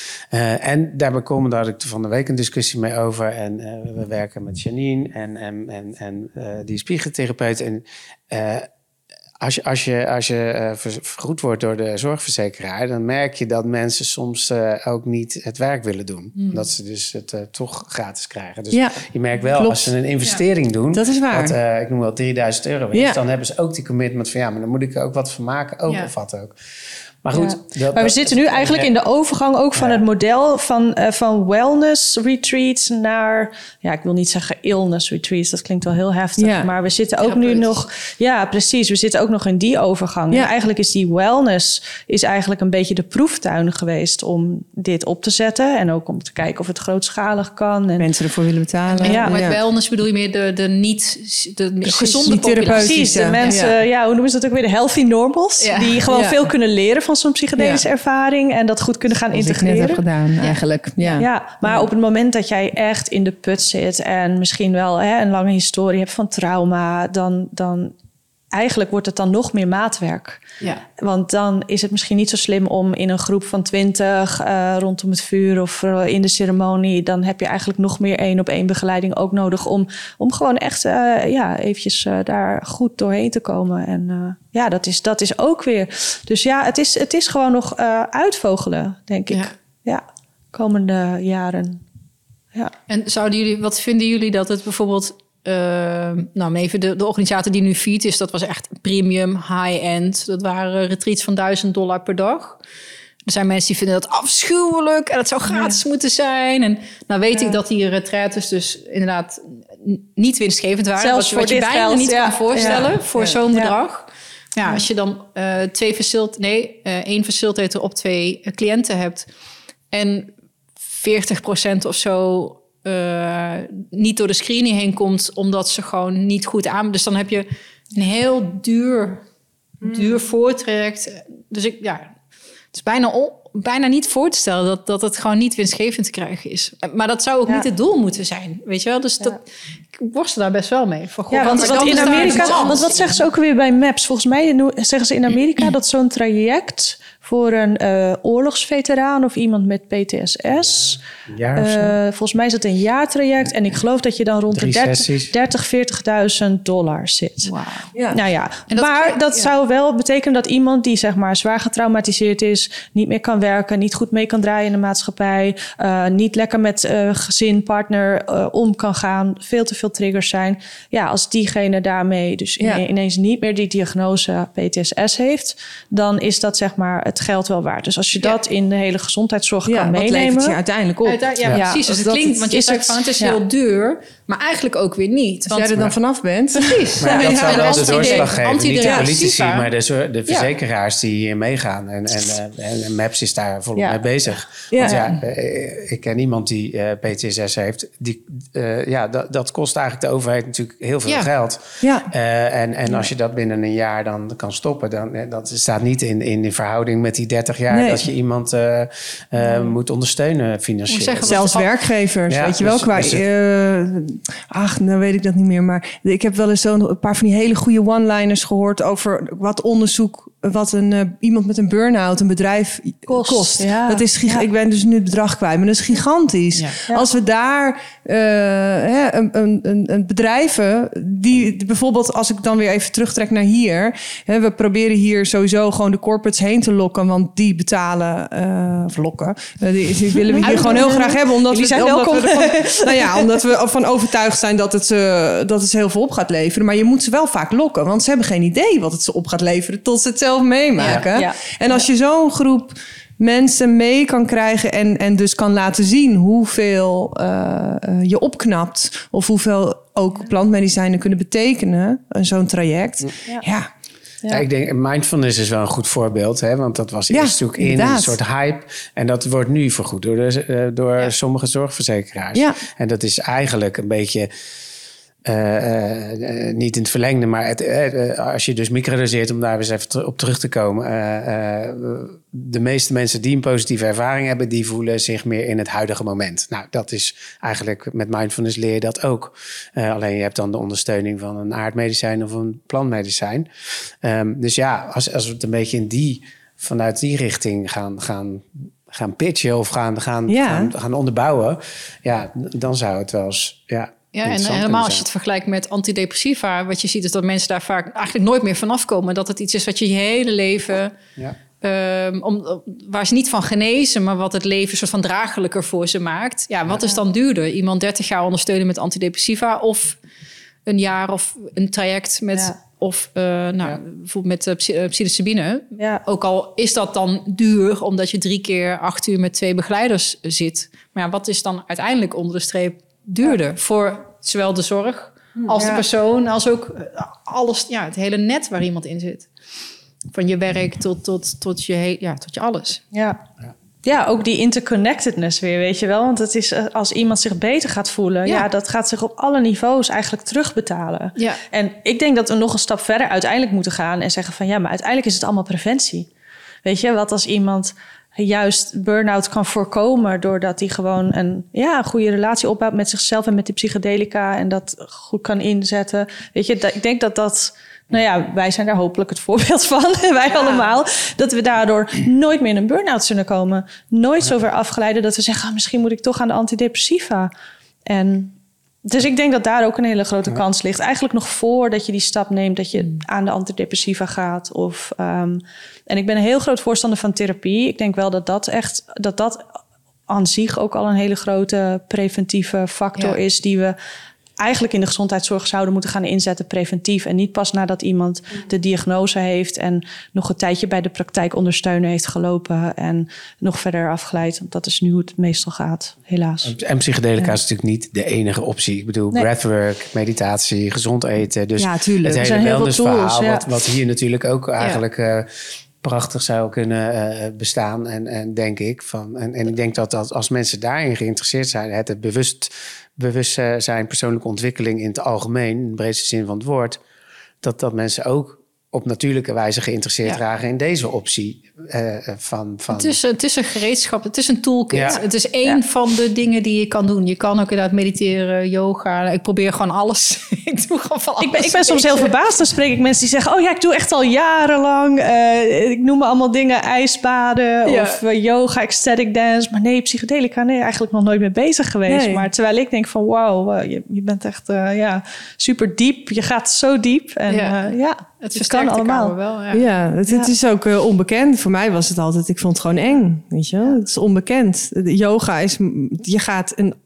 Uh, en daarbij komen, daar had ik van de week een discussie mee over. En uh, we werken met Janine en, en, en, en uh, die is spiegeltherapeut. En uh, als je, als je, als je uh, vergoed wordt door de zorgverzekeraar, dan merk je dat mensen soms uh, ook niet het werk willen doen. Mm. Dat ze dus het uh, toch gratis krijgen. Dus ja, je merkt wel, klopt. Als ze een investering ja. doen, dat is waar. Wat, uh, ik noem wel drieduizend euro is, ja. dan hebben ze ook die commitment van ja, maar dan moet ik er ook wat van maken, ook ja. of wat ook. Maar goed, ja. dat, maar we dat, zitten nu eigenlijk in de overgang ook van ja. het model van, uh, van wellness retreats naar, ja, ik wil niet zeggen illness retreats, dat klinkt wel heel heftig, ja. maar we zitten ook nu nog, ja, precies, we zitten ook nog in die overgang. Ja. En eigenlijk is die wellness is eigenlijk een beetje de proeftuin geweest om dit op te zetten en ook om te kijken of het grootschalig kan. En mensen ervoor willen betalen. Ja, ja. Met wellness bedoel je meer de, de niet, de precies, gezonde populatie. Precies, de mensen, ja. ja, hoe noemen ze dat ook weer, de healthy normals, ja. die gewoon ja. veel kunnen leren van zo'n psychedelische ja. ervaring en dat goed kunnen gaan Zoals integreren. Ik net heb gedaan, ja. eigenlijk. Ja. ja, maar ja. op het moment dat jij echt in de put zit en misschien wel hè, een lange historie hebt van trauma, dan, dan eigenlijk wordt het dan nog meer maatwerk. Ja. Want dan is het misschien niet zo slim om in een groep van twintig uh, rondom het vuur of uh, in de ceremonie, dan heb je eigenlijk nog meer één op één begeleiding ook nodig om, om gewoon echt uh, ja, eventjes uh, daar goed doorheen te komen. En uh, ja, dat is, dat is ook weer. Dus ja, het is, het is gewoon nog uh, uitvogelen, denk ik. Ja, ja komende jaren. Ja. En zouden jullie, wat vinden jullie dat het bijvoorbeeld Uh, nou, even de, de organisator die nu feed is, dat was echt premium, high-end. Dat waren retreats van duizend dollar per dag. Er zijn mensen die vinden dat afschuwelijk en dat zou gratis ja. moeten zijn. En nou weet ja. ik dat die retraites dus inderdaad niet winstgevend waren. Zelfs wat, wat je bijna geld, niet ja. kan voorstellen ja. voor ja. zo'n ja. bedrag. Ja, als je dan uh, twee facilitator, nee, uh, één facilitator op twee uh, cliënten hebt en veertig procent of zo Uh, niet door de screening heen komt, omdat ze gewoon niet goed aan. Dus dan heb je een heel duur, duur voortraject. Dus ik, ja, het is bijna, on, bijna niet voor te stellen dat, dat het gewoon niet winstgevend te krijgen is. Maar dat zou ook ja. niet het doel moeten zijn, weet je wel? Dus ja. dat, ik worstel daar best wel mee. Van, ja, want, want in Amerika, want wat zeggen ze ook weer bij MAPS? Volgens mij zeggen ze in Amerika dat zo'n traject voor een uh, oorlogsveteraan of iemand met P T S S. Ja, uh, volgens mij is het een jaartraject. En ik geloof dat je dan rond Drie de dertig, veertigduizend dollar zit. Wow. Ja. Nou ja, dat, maar dat ja. zou wel betekenen dat iemand die zeg maar zwaar getraumatiseerd is, niet meer kan werken, niet goed mee kan draaien in de maatschappij, uh, niet lekker met uh, gezin, partner uh, om kan gaan, veel te veel triggers zijn. Ja, als diegene daarmee dus ja. ineens niet meer die diagnose P T S S heeft, dan is dat zeg maar het het geld wel waard. Dus als je dat ja. in de hele gezondheidszorg ja, kan wat meenemen... levert je uiteindelijk op? Uite- ja, ja, precies. Dus het dat klinkt, want je zegt van het is heel ja. duur, maar eigenlijk ook weer niet. Als want, jij er dan maar, vanaf bent. Precies. Maar ja, dat zou wel de doorslag geven. Niet de politici, ja. maar de, de verzekeraars die hier meegaan. En, en, en, en MAPS is daar volop ja. mee bezig. Ja. Want ja, ik ken iemand die uh, P T S S heeft. Die, uh, ja, dat, dat kost eigenlijk de overheid natuurlijk heel veel ja. geld. Ja. Uh, en en ja. als je dat binnen een jaar dan kan stoppen... dan dat staat niet in, in de verhouding met die dertig jaar... Nee. dat je iemand uh, uh, nee. moet ondersteunen financieel. Zeggen, zelfs wat, werkgevers, ja, weet je wel. Dus, qua, dus het, uh, ach, nou weet ik dat niet meer. Maar ik heb wel eens zo'n een paar van die hele goede one-liners gehoord... over wat onderzoek... wat een, uh, iemand met een burn-out, een bedrijf kost. kost. Ja. Dat is giga- ja. Ik ben dus nu het bedrag kwijt, maar dat is gigantisch. Ja. Ja. Als we daar uh, hè, een, een, een bedrijven... die bijvoorbeeld, als ik dan weer even terugtrek naar hier... Hè, we proberen hier sowieso gewoon de corporates heen te lokken... want die betalen, uh, of lokken... Uh, die, die willen we hier gewoon heel graag hebben... omdat, we, zijn omdat, welkom. we ervan, nou ja, omdat we ervan overtuigd zijn dat het, uh, dat het ze heel veel op gaat leveren. Maar je moet ze wel vaak lokken, want ze hebben geen idee... wat het ze op gaat leveren tot ze het zelf meemaken. Ja, ja. En als je zo'n groep mensen mee kan krijgen... en, en dus kan laten zien hoeveel uh, je opknapt... of hoeveel ook plantmedicijnen kunnen betekenen... zo'n traject. Ja. ja. Ja. Ja, ik denk, mindfulness is wel een goed voorbeeld. Hè? Want dat was eerst ja, natuurlijk in een soort hype. En dat wordt nu vergoed door, de, uh, door ja. sommige zorgverzekeraars. Ja. En dat is eigenlijk een beetje... Uh, uh, niet in het verlengde, maar het, uh, als je dus microdoseert... om daar eens even ter- op terug te komen... Uh, uh, de meeste mensen die een positieve ervaring hebben... die voelen zich meer in het huidige moment. Nou, dat is eigenlijk met mindfulness leer je dat ook. Uh, alleen je hebt dan de ondersteuning van een aardmedicijn... of een plantmedicijn. Um, dus ja, als, als we het een beetje in die, vanuit die richting gaan... gaan gaan pitchen of gaan, gaan, ja. gaan, gaan onderbouwen... ja, dan zou het wel eens... Ja, Ja, en helemaal als je het vergelijkt met antidepressiva... wat je ziet is dat mensen daar vaak eigenlijk nooit meer vanaf komen. Dat het iets is wat je je hele leven... Ja. Um, om, waar ze niet van genezen... maar wat het leven soort van draaglijker voor ze maakt. Ja, wat ja. is dan duurder? Iemand dertig jaar ondersteunen met antidepressiva... of een jaar of een traject met... Ja. Of uh, nou, ja. bijvoorbeeld met uh, psilocybine. Ja. Ook al is dat dan duur... omdat je drie keer acht uur met twee begeleiders zit. Maar ja, wat is dan uiteindelijk onder de streep... duurder ja. voor zowel de zorg als ja. de persoon... als ook alles, ja, het hele net waar iemand in zit. Van je werk tot, tot, tot, je, he- ja, tot je alles. Ja. Ja. ja, ook die interconnectedness weer, weet je wel. Want het is als iemand zich beter gaat voelen... Ja. ja, dat gaat zich op alle niveaus eigenlijk terugbetalen. Ja. En ik denk dat we nog een stap verder uiteindelijk moeten gaan... en zeggen van ja, maar uiteindelijk is het allemaal preventie. Weet je, wat als iemand... juist burn-out kan voorkomen... doordat hij gewoon een ja, goede relatie opbouwt met zichzelf... en met de psychedelica en dat goed kan inzetten. Weet je, ik denk dat dat... Nou ja, wij zijn daar hopelijk het voorbeeld van. Wij ja. allemaal. Dat we daardoor nooit meer in een burn-out zullen komen. Nooit zo ver afgeleiden dat we zeggen... Oh, misschien moet ik toch aan de antidepressiva. En... Dus ik denk dat daar ook een hele grote ja. kans ligt. Eigenlijk nog voordat je die stap neemt... dat je aan de antidepressiva gaat. Of, um, en ik ben een heel groot voorstander van therapie. Ik denk wel dat dat echt... dat dat aan zich ook al een hele grote preventieve factor ja. is... die we eigenlijk in de gezondheidszorg zouden moeten gaan inzetten preventief. En niet pas nadat iemand de diagnose heeft... en nog een tijdje bij de praktijkondersteuner heeft gelopen... en nog verder afgeleid. Want dat is nu hoe het meestal gaat, helaas. En psychedelica ja. is natuurlijk niet de enige optie. Ik bedoel, nee. breathwork, meditatie, gezond eten. Dus ja, tuurlijk. Het hele wellnessverhaal, ja. wat, wat hier natuurlijk ook eigenlijk... Ja. Uh, prachtig zou kunnen uh, bestaan. En, en denk ik van. En, en ik denk dat, dat als mensen daarin geïnteresseerd zijn, het, het bewust, bewustzijn, persoonlijke ontwikkeling in het algemeen, in de breedste zin van het woord, dat, dat mensen ook op natuurlijke wijze geïnteresseerd ja. raken in deze optie. Uh, van, van... Het, is, het is een gereedschap, het is een toolkit. Ja. Het is één ja. van de dingen die je kan doen. Je kan ook inderdaad mediteren, yoga. Ik probeer gewoon alles. ik doe gewoon van alles. Ik ben, ik ben soms heel verbaasd. Dan spreek ik mensen die zeggen... oh ja, ik doe echt al jarenlang... Uh, ik noem me allemaal dingen, ijsbaden... Ja. of uh, yoga, ecstatic dance. Maar nee, psychedelica, nee, eigenlijk nog nooit mee bezig geweest. Nee. Maar terwijl ik denk van... wow, uh, je, je bent echt uh, ja, super diep. Je gaat zo diep. En ja, uh, ja het, het kan allemaal. Wel, ja, ja, het, het ja. is ook uh, onbekend. Voor mij was het altijd... ik vond het gewoon eng, weet je wel. Het is onbekend. De yoga is... je gaat een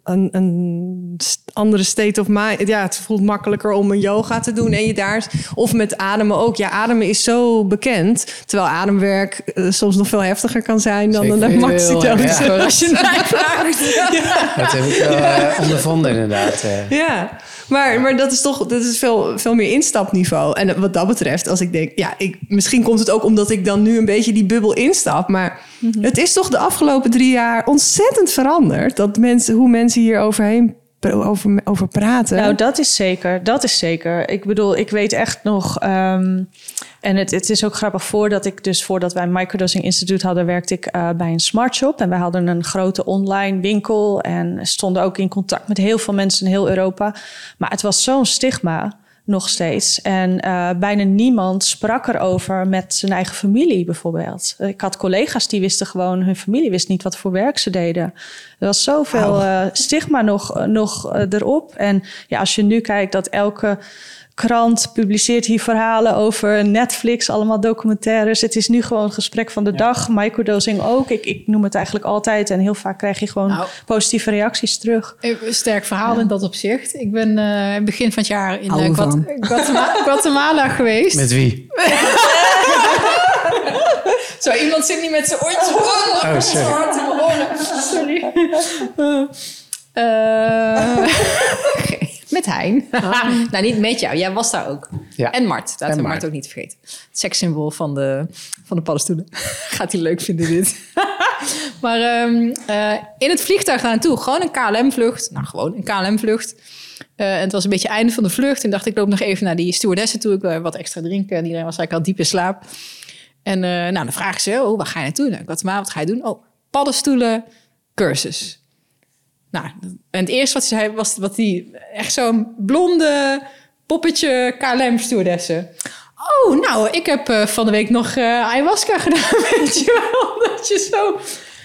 een, een andere state of mind. Ja, het voelt makkelijker om een yoga te doen en je daar... Of met ademen ook. Ja, ademen is zo bekend. Terwijl ademwerk uh, soms nog veel heftiger kan zijn dan Zeker. een maxi-dose. Ja. Als je mij vraagt. Ja. Dat heb ik wel uh, ondervonden inderdaad. Uh. Ja, maar, maar dat is toch dat is veel, veel meer instapniveau. En wat dat betreft, als ik denk... ja, ik, misschien komt het ook omdat ik dan nu een beetje die bubbel instap. Maar mm-hmm. het is toch de afgelopen drie jaar ontzettend veranderd. Dat mensen, hoe mensen hier overheen over, over praten. Nou, dat is zeker. Dat is zeker. Ik bedoel, ik weet echt nog... Um, en het, het is ook grappig, voordat ik dus voordat wij een Microdosing Instituut hadden, werkte ik uh, bij een smart shop. En wij hadden een grote online winkel en stonden ook in contact met heel veel mensen in heel Europa. Maar het was zo'n stigma nog steeds. En uh, bijna niemand sprak erover met zijn eigen familie bijvoorbeeld. Ik had collega's die wisten gewoon, hun familie wist niet wat voor werk ze deden. Er was zoveel uh, stigma nog, nog uh, erop. En ja, als je nu kijkt dat elke krant publiceert hier verhalen over Netflix, allemaal documentaires. Het is nu gewoon gesprek van de ja. dag. Microdosing ook. Ik, ik noem het eigenlijk altijd. En heel vaak krijg je gewoon nou, positieve reacties terug. Een sterk verhaal ja. in dat opzicht. Ik ben uh, begin van het jaar in uh, Guat- Guatemala, Guatemala geweest. Met wie? Zo, iemand zit niet met zijn oortjes. Oh, oh sorry. Hard in mijn oren. Sorry. Uh, uh, okay. Met Hein. Ah. Nou, niet met jou. Jij was daar ook. Ja. En Mart. Laten we Mart. Mart ook niet vergeten. Het sekssymbool van de, van de paddenstoelen. Gaat hij leuk vinden dit. Maar um, uh, in het vliegtuig naartoe. Gewoon een K L M-vlucht. Nou, gewoon een K L M-vlucht. Uh, en het was een beetje het einde van de vlucht. En dacht ik, loop nog even naar die stewardessen toe. Ik wil wat extra drinken. En iedereen was eigenlijk al diep in slaap. En uh, nou, dan vragen ze, oh, waar ga je naartoe? Nou, Guatemala, wat ga je doen? Oh, paddenstoelen, cursus. Nou, en het eerste wat ze zei was wat die echt zo'n blonde poppetje K L M-stewardesse. Oh, nou, ik heb uh, van de week nog uh, ayahuasca gedaan, weet je wel. Dat je zo...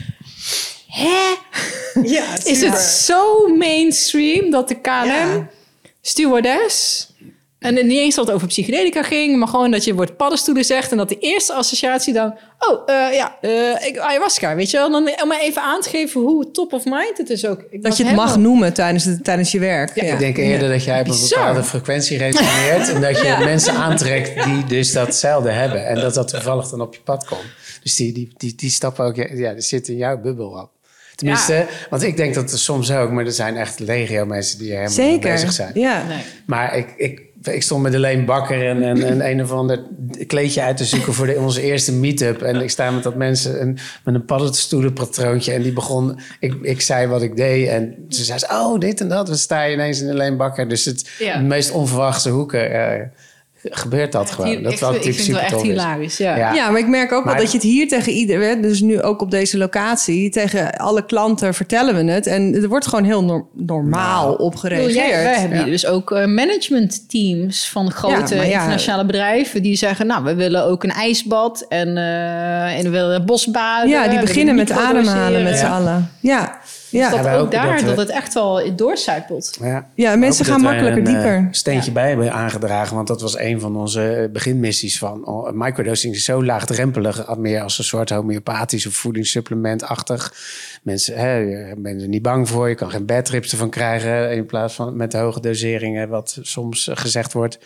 Hè? Ja, is het zo mainstream dat de K L M-stewardess... En niet eens dat het over psychedelica ging, maar gewoon dat je het woord paddenstoelen zegt en dat de eerste associatie dan, oh uh, ja, uh, ik, ayahuasca, weet je wel? Dan, om maar even aan te geven hoe top of mind het is ook. Ik dat je het helemaal... mag noemen tijdens, het, tijdens je werk. Ja, ja. Ik denk eerder ja. dat jij op een Bizar. bepaalde frequentie resoneert en dat je ja. mensen aantrekt die dus datzelfde hebben en dat dat toevallig dan op je pad komt. Dus die, die, die, die stappen ook, ja, die zitten in jouw bubbel al. Tenminste, ja. want ik denk dat er soms ook, maar er zijn echt legio mensen die er helemaal Zeker. mee bezig zijn. Ja. Nee. Maar ik, ik, ik stond met Leen Bakker en, en, en een of ander kleedje uit te zoeken voor de, onze eerste meet-up. En ik sta met dat mensen een, met een paddenstoelenpatroontje. En die begon, ik, ik zei wat ik deed. En ze zei, oh, dit en dat. Dan sta je ineens in Leen Bakker. Dus het ja. de meest onverwachte hoeken... Uh, gebeurt dat gewoon. Hier, dat ik, vind, ik vind het wel echt hilarisch. Ja. Ja. ja, maar ik merk ook maar, wel dat je het hier tegen iedereen... dus nu ook op deze locatie... tegen alle klanten vertellen we het. En er wordt gewoon heel no- normaal nou, op gereageerd. Ja, wij hebben ja. hier dus ook uh, managementteams... van grote ja, ja, internationale bedrijven... die zeggen, nou, we willen ook een ijsbad... en, uh, en we willen bosbaden. Ja, die beginnen met ademhalen met ja. z'n allen. Ja. Ja, dus dat ja, ook daar, dat, we, dat het echt wel doorcijpelt. Ja, ja mensen gaan makkelijker een, dieper. Een steentje ja. bij hebben aangedragen. Want dat was een van onze beginmissies van... Oh, microdosing is zo laagdrempelig. Meer als een soort homeopathisch of voedingssupplementachtig. Mensen, hè, je bent er niet bang voor. Je kan geen badtrips ervan krijgen. In plaats van met hoge doseringen. Wat soms gezegd wordt.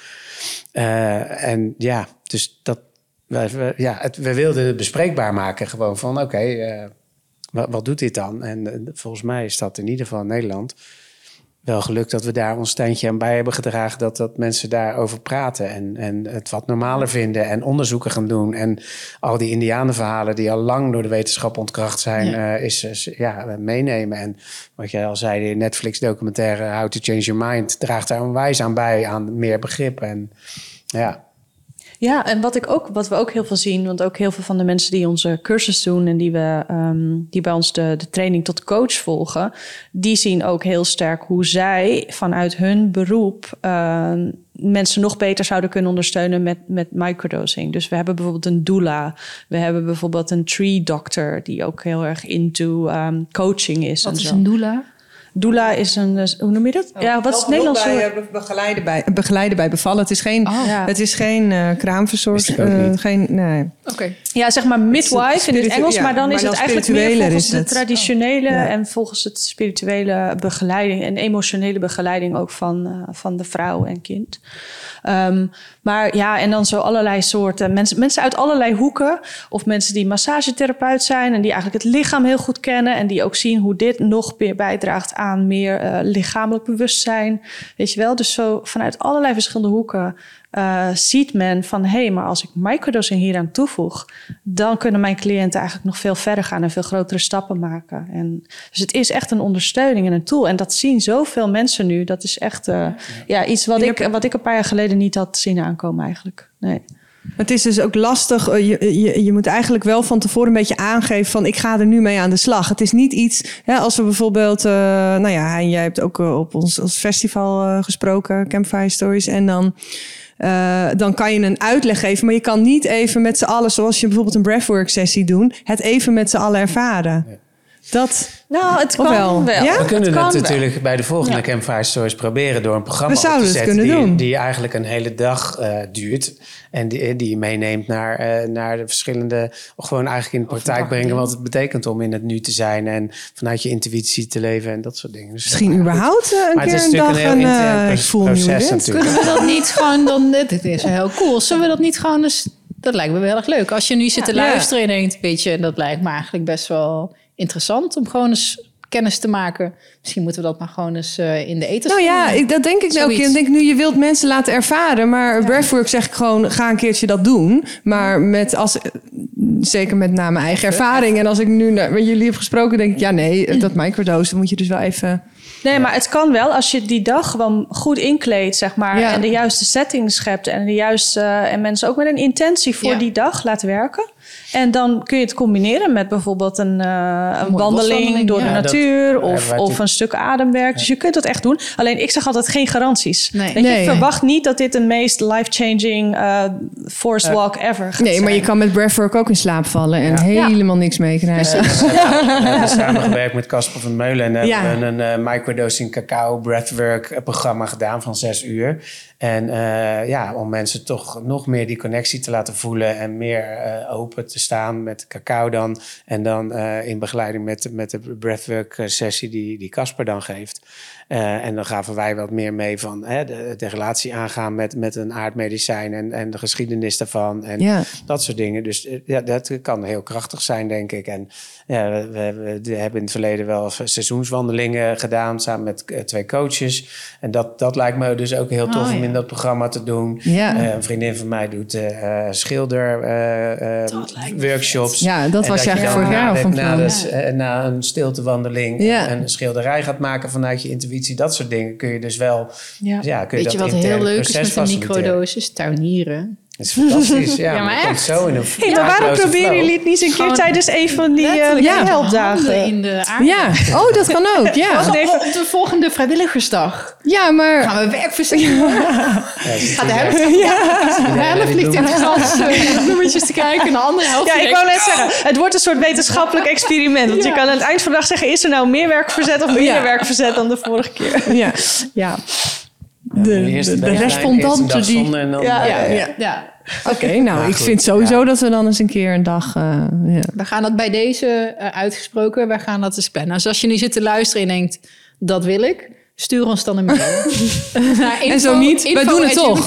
Uh, en ja, dus dat... We, ja, het, we wilden het bespreekbaar maken. Gewoon van, oké... Okay, uh, Wat, wat doet dit dan? En uh, volgens mij is dat in ieder geval in Nederland wel gelukt dat we daar ons steentje aan bij hebben gedragen. Dat, dat mensen daarover praten en, en het wat normaler vinden en onderzoeken gaan doen. En al die indianenverhalen die al lang door de wetenschap ontkracht zijn, ja. Uh, is, is ja, meenemen. En wat jij al zei, de Netflix-documentaire How to Change Your Mind draagt daar onwijs aan bij, aan meer begrip. En ja... Ja, en wat, ik ook, wat we ook heel veel zien... want ook heel veel van de mensen die onze cursus doen... en die, we, um, die bij ons de, de training tot coach volgen... die zien ook heel sterk hoe zij vanuit hun beroep... Uh, mensen nog beter zouden kunnen ondersteunen met, met microdosing. Dus we hebben bijvoorbeeld een doula. We hebben bijvoorbeeld een tree doctor... die ook heel erg into um, coaching is. Wat en is zo. een doula? Doula is een, hoe noem je dat? Oh, ja, wat is het Nederlands bij, woord? begeleiden, bij, begeleiden bij bevallen. Het is geen, Oh, ja. het is geen uh, kraamverzorging. Uh, geen, nee. Okay. Ja, zeg maar midwife in het Engels, ja, maar dan maar is dan het eigenlijk meer volgens de traditionele oh. ja. en volgens het spirituele begeleiding en emotionele begeleiding ook van, uh, van de vrouw en kind. Um, maar ja, en dan zo allerlei soorten mensen, mensen uit allerlei hoeken. Of mensen die massagetherapeut zijn en die eigenlijk het lichaam heel goed kennen. En die ook zien hoe dit nog meer bijdraagt aan meer uh, lichamelijk bewustzijn. Weet je wel? Dus zo vanuit allerlei verschillende hoeken uh, ziet men van... hé, hey, maar als ik microdosing hieraan toevoeg... dan kunnen mijn cliënten eigenlijk nog veel verder gaan... en veel grotere stappen maken. En, dus het is echt een ondersteuning en een tool. En dat zien zoveel mensen nu. Dat is echt uh, ja, iets wat ik, wat ik een paar jaar geleden niet had zien aankomen eigenlijk. Nee. Het is dus ook lastig. Je, je, je moet eigenlijk wel van tevoren een beetje aangeven van... ik ga er nu mee aan de slag. Het is niet iets... Hè, als we bijvoorbeeld... Uh, nou ja, Hein, jij hebt ook uh, op ons, ons festival uh, gesproken... Campfire Stories. En dan... Uh, dan kan je een uitleg geven. Maar je kan niet even met z'n allen... zoals je bijvoorbeeld een breathwork sessie doet... het even met z'n allen ervaren. Ja. Dat... Nou, het kan wel. wel. Ja? We kunnen het, het natuurlijk wel. bij de volgende ja. Campfire Stories proberen... door een programma op te zetten die, doen. die eigenlijk een hele dag uh, duurt... en die, die je meeneemt naar, uh, naar de verschillende... of gewoon eigenlijk in de praktijk brengen... wat het betekent om in het nu te zijn... en vanuit je intuïtie te leven en dat soort dingen. Dus misschien überhaupt uh, een maar keer een dag... een heel en uh, ik voel nu dit. Kunnen we dat niet gewoon... dan? Dit is heel cool. Zullen we dat niet gewoon eens... Dat lijkt me wel heel erg leuk. Als je nu zit te ja. luisteren en denkt... weet je, dat lijkt me eigenlijk best wel... interessant om gewoon eens kennis te maken. Misschien moeten we dat maar gewoon eens uh, in de eters. Nou ja, ik, dat denk ik nou. Ik denk nu, je wilt mensen laten ervaren. Maar ja. breathwork zeg ik gewoon, ga een keertje dat doen. Maar met als zeker met na mijn eigen ervaring. En als ik nu met jullie heb gesproken, denk ik, ja nee, dat microdose moet je dus wel even... Nee, maar het kan wel als je die dag gewoon goed inkleedt, zeg maar. Ja. En de juiste setting schept. En de juiste uh, en mensen ook met een intentie voor ja. die dag laat werken. En dan kun je het combineren met bijvoorbeeld een, uh, een wandeling door ja, de natuur dat, of, of een stuk ademwerk. Ja. Dus je kunt dat echt doen. Alleen ik zeg altijd geen garanties. Nee. Weet je, nee. Verwacht niet dat dit de meest life-changing uh, forest uh, walk ever gaat Nee, zijn. maar je kan met breathwork ook in slaap vallen en ja. helemaal niks meekrijgen. Ja. Dus, ja, we hebben samen gewerkt met Casper van Meulen en hebben ja. een uh, microdosing cacao breathwork programma gedaan van zes uur. En uh, ja, om mensen toch nog meer die connectie te laten voelen en meer uh, open te staan met cacao dan. En dan uh, in begeleiding met, met de breathwork sessie die die Casper dan geeft. Uh, en dan gaven wij wat meer mee van hè, de, de relatie aangaan met, met een aardmedicijn en, en de geschiedenis daarvan en ja. dat soort dingen. Dus uh, ja, dat kan heel krachtig zijn, denk ik. En ja, we, we, we hebben in het verleden wel seizoenswandelingen gedaan samen met uh, twee coaches. En dat, dat lijkt me dus ook heel tof oh, ja. om in dat programma te doen. Ja. Uh, een vriendin van mij doet uh, schilder uh, uh, workshops. Ja, dat was je eigenlijk vorig jaar al van na, de, uh, na een stiltewandeling ja. een schilderij gaat maken vanuit je intuïtie. Dat soort dingen kun je dus wel... Ja. Ja, kun je Weet je dat wat heel leuk is met een microdosis? Tuinieren. Dat is fantastisch, ja. ja maar echt. Zo in een hey, maar waarom proberen jullie het niet eens een keer tijdens een van die uh, ja, helpdagen? In de aarde. Ja, oh, dat kan ook. Ja. Wacht even, op de volgende vrijwilligersdag. Ja, maar... Gaan we werk verzetten. Ja, Gaat de helft, ja. de helft ligt in het gras uh, bloemetjes te kijken. En de andere helft... Ja, ik wou net zeggen, het wordt een soort wetenschappelijk experiment. Want ja. je kan aan het eind van de dag zeggen, is er nou meer werkverzet of minder ja. werkverzet dan de vorige keer? Ja. Ja. De, de, de, de respondanten die... Dan, ja, ja, ja. ja. Oké, okay, nou, ja, ik goed. vind sowieso ja. dat we dan eens een keer een dag... Uh, ja. We gaan dat bij deze uh, uitgesproken, we gaan dat eens plannen. Dus als je nu zit te luisteren en denkt, dat wil ik... Stuur ons dan een mail. Info, en zo niet, wij doen het toch.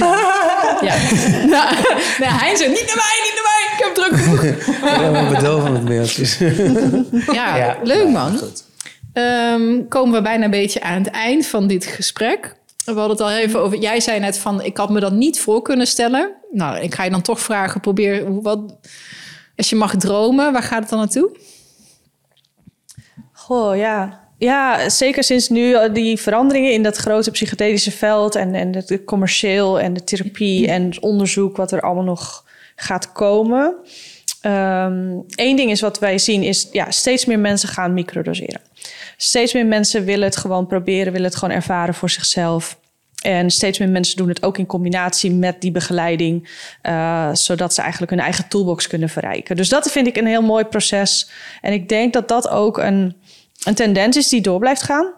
ja. nou, nou, hij zei, niet naar mij, niet naar mij. Ik heb druk genoeg. Ja, bedoven met mailtjes. ja, ja, leuk man. Ja, um, komen we bijna een beetje aan het eind van dit gesprek. We hadden het al even over... Jij zei net van, ik had me dat niet voor kunnen stellen. Nou, ik ga je dan toch vragen, probeer... Wat, als je mag dromen, waar gaat het dan naartoe? Goh, ja... Ja, zeker sinds nu die veranderingen in dat grote psychedelische veld... en, en het commercieel en de therapie en het onderzoek... wat er allemaal nog gaat komen. Um, Eén ding is wat wij zien is... ja, steeds meer mensen gaan microdoseren. Steeds meer mensen willen het gewoon proberen... willen het gewoon ervaren voor zichzelf... En steeds meer mensen doen het ook in combinatie met die begeleiding... Uh, zodat ze eigenlijk hun eigen toolbox kunnen verrijken. Dus dat vind ik een heel mooi proces. En ik denk dat dat ook een... een tendens is die door blijft gaan.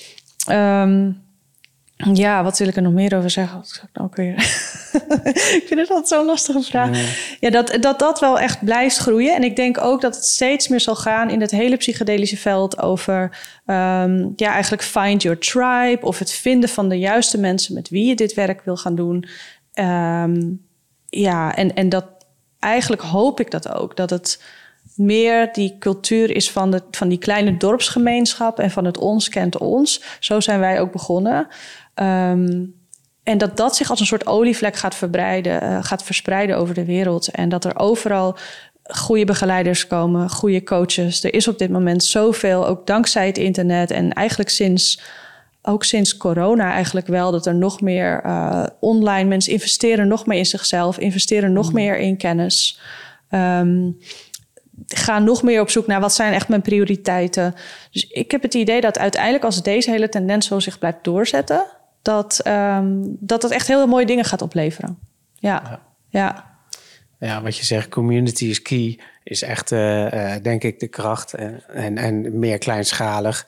Um, ja, wat wil ik er nog meer over zeggen? Wat zou ik nou ook weer? Ik vind het altijd zo'n lastige vraag. Ja, ja dat, dat dat wel echt blijft groeien. En ik denk ook dat het steeds meer zal gaan in het hele psychedelische veld over um, ja, eigenlijk find your tribe of het vinden van de juiste mensen met wie je dit werk wil gaan doen. Um, ja, en, en dat eigenlijk hoop ik dat ook. Dat het meer die cultuur is van, de, van die kleine dorpsgemeenschap en van het ons kent ons. Zo zijn wij ook begonnen. Um, en dat dat zich als een soort olievlek gaat verbreiden, uh, gaat verspreiden over de wereld. En dat er overal goede begeleiders komen, goede coaches. Er is op dit moment zoveel, ook dankzij het internet. En eigenlijk sinds, ook sinds corona eigenlijk wel, dat er nog meer uh, online mensen investeren nog meer in zichzelf, investeren nog mm. meer in kennis. Um, Ga nog meer op zoek naar wat zijn echt mijn prioriteiten. Dus ik heb het idee dat uiteindelijk als deze hele tendens zo zich blijft doorzetten, dat um, dat het echt heel mooie dingen gaat opleveren. Ja, ja. ja. Ja, wat je zegt, community is key, is echt, uh, uh, denk ik, de kracht en, en, en meer kleinschalig.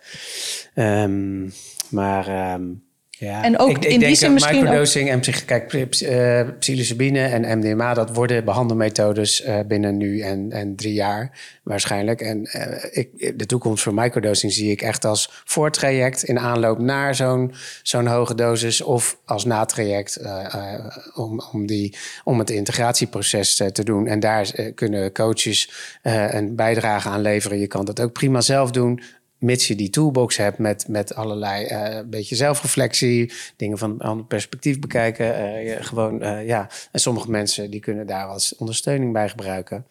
Um, maar um, ja, en ook ik, ik in denk die zin misschien microdosing ook... en psych, kijk, uh, psilocybine en M D M A, dat worden behandelmethodes uh, binnen nu en, en drie jaar waarschijnlijk. En uh, ik, de toekomst voor microdosing zie ik echt als voortraject in aanloop naar zo'n, zo'n hoge dosis of als natraject uh, uh, om, om, die, om het integratieproces uh, te doen. En daar uh, kunnen coaches uh, een bijdrage aan leveren. Je kan dat ook prima zelf doen, mits je die toolbox hebt met, met allerlei uh, beetje zelfreflectie, dingen van een ander perspectief bekijken. Uh, je, gewoon, uh, ja. En sommige mensen die kunnen daar wel eens ondersteuning bij gebruiken.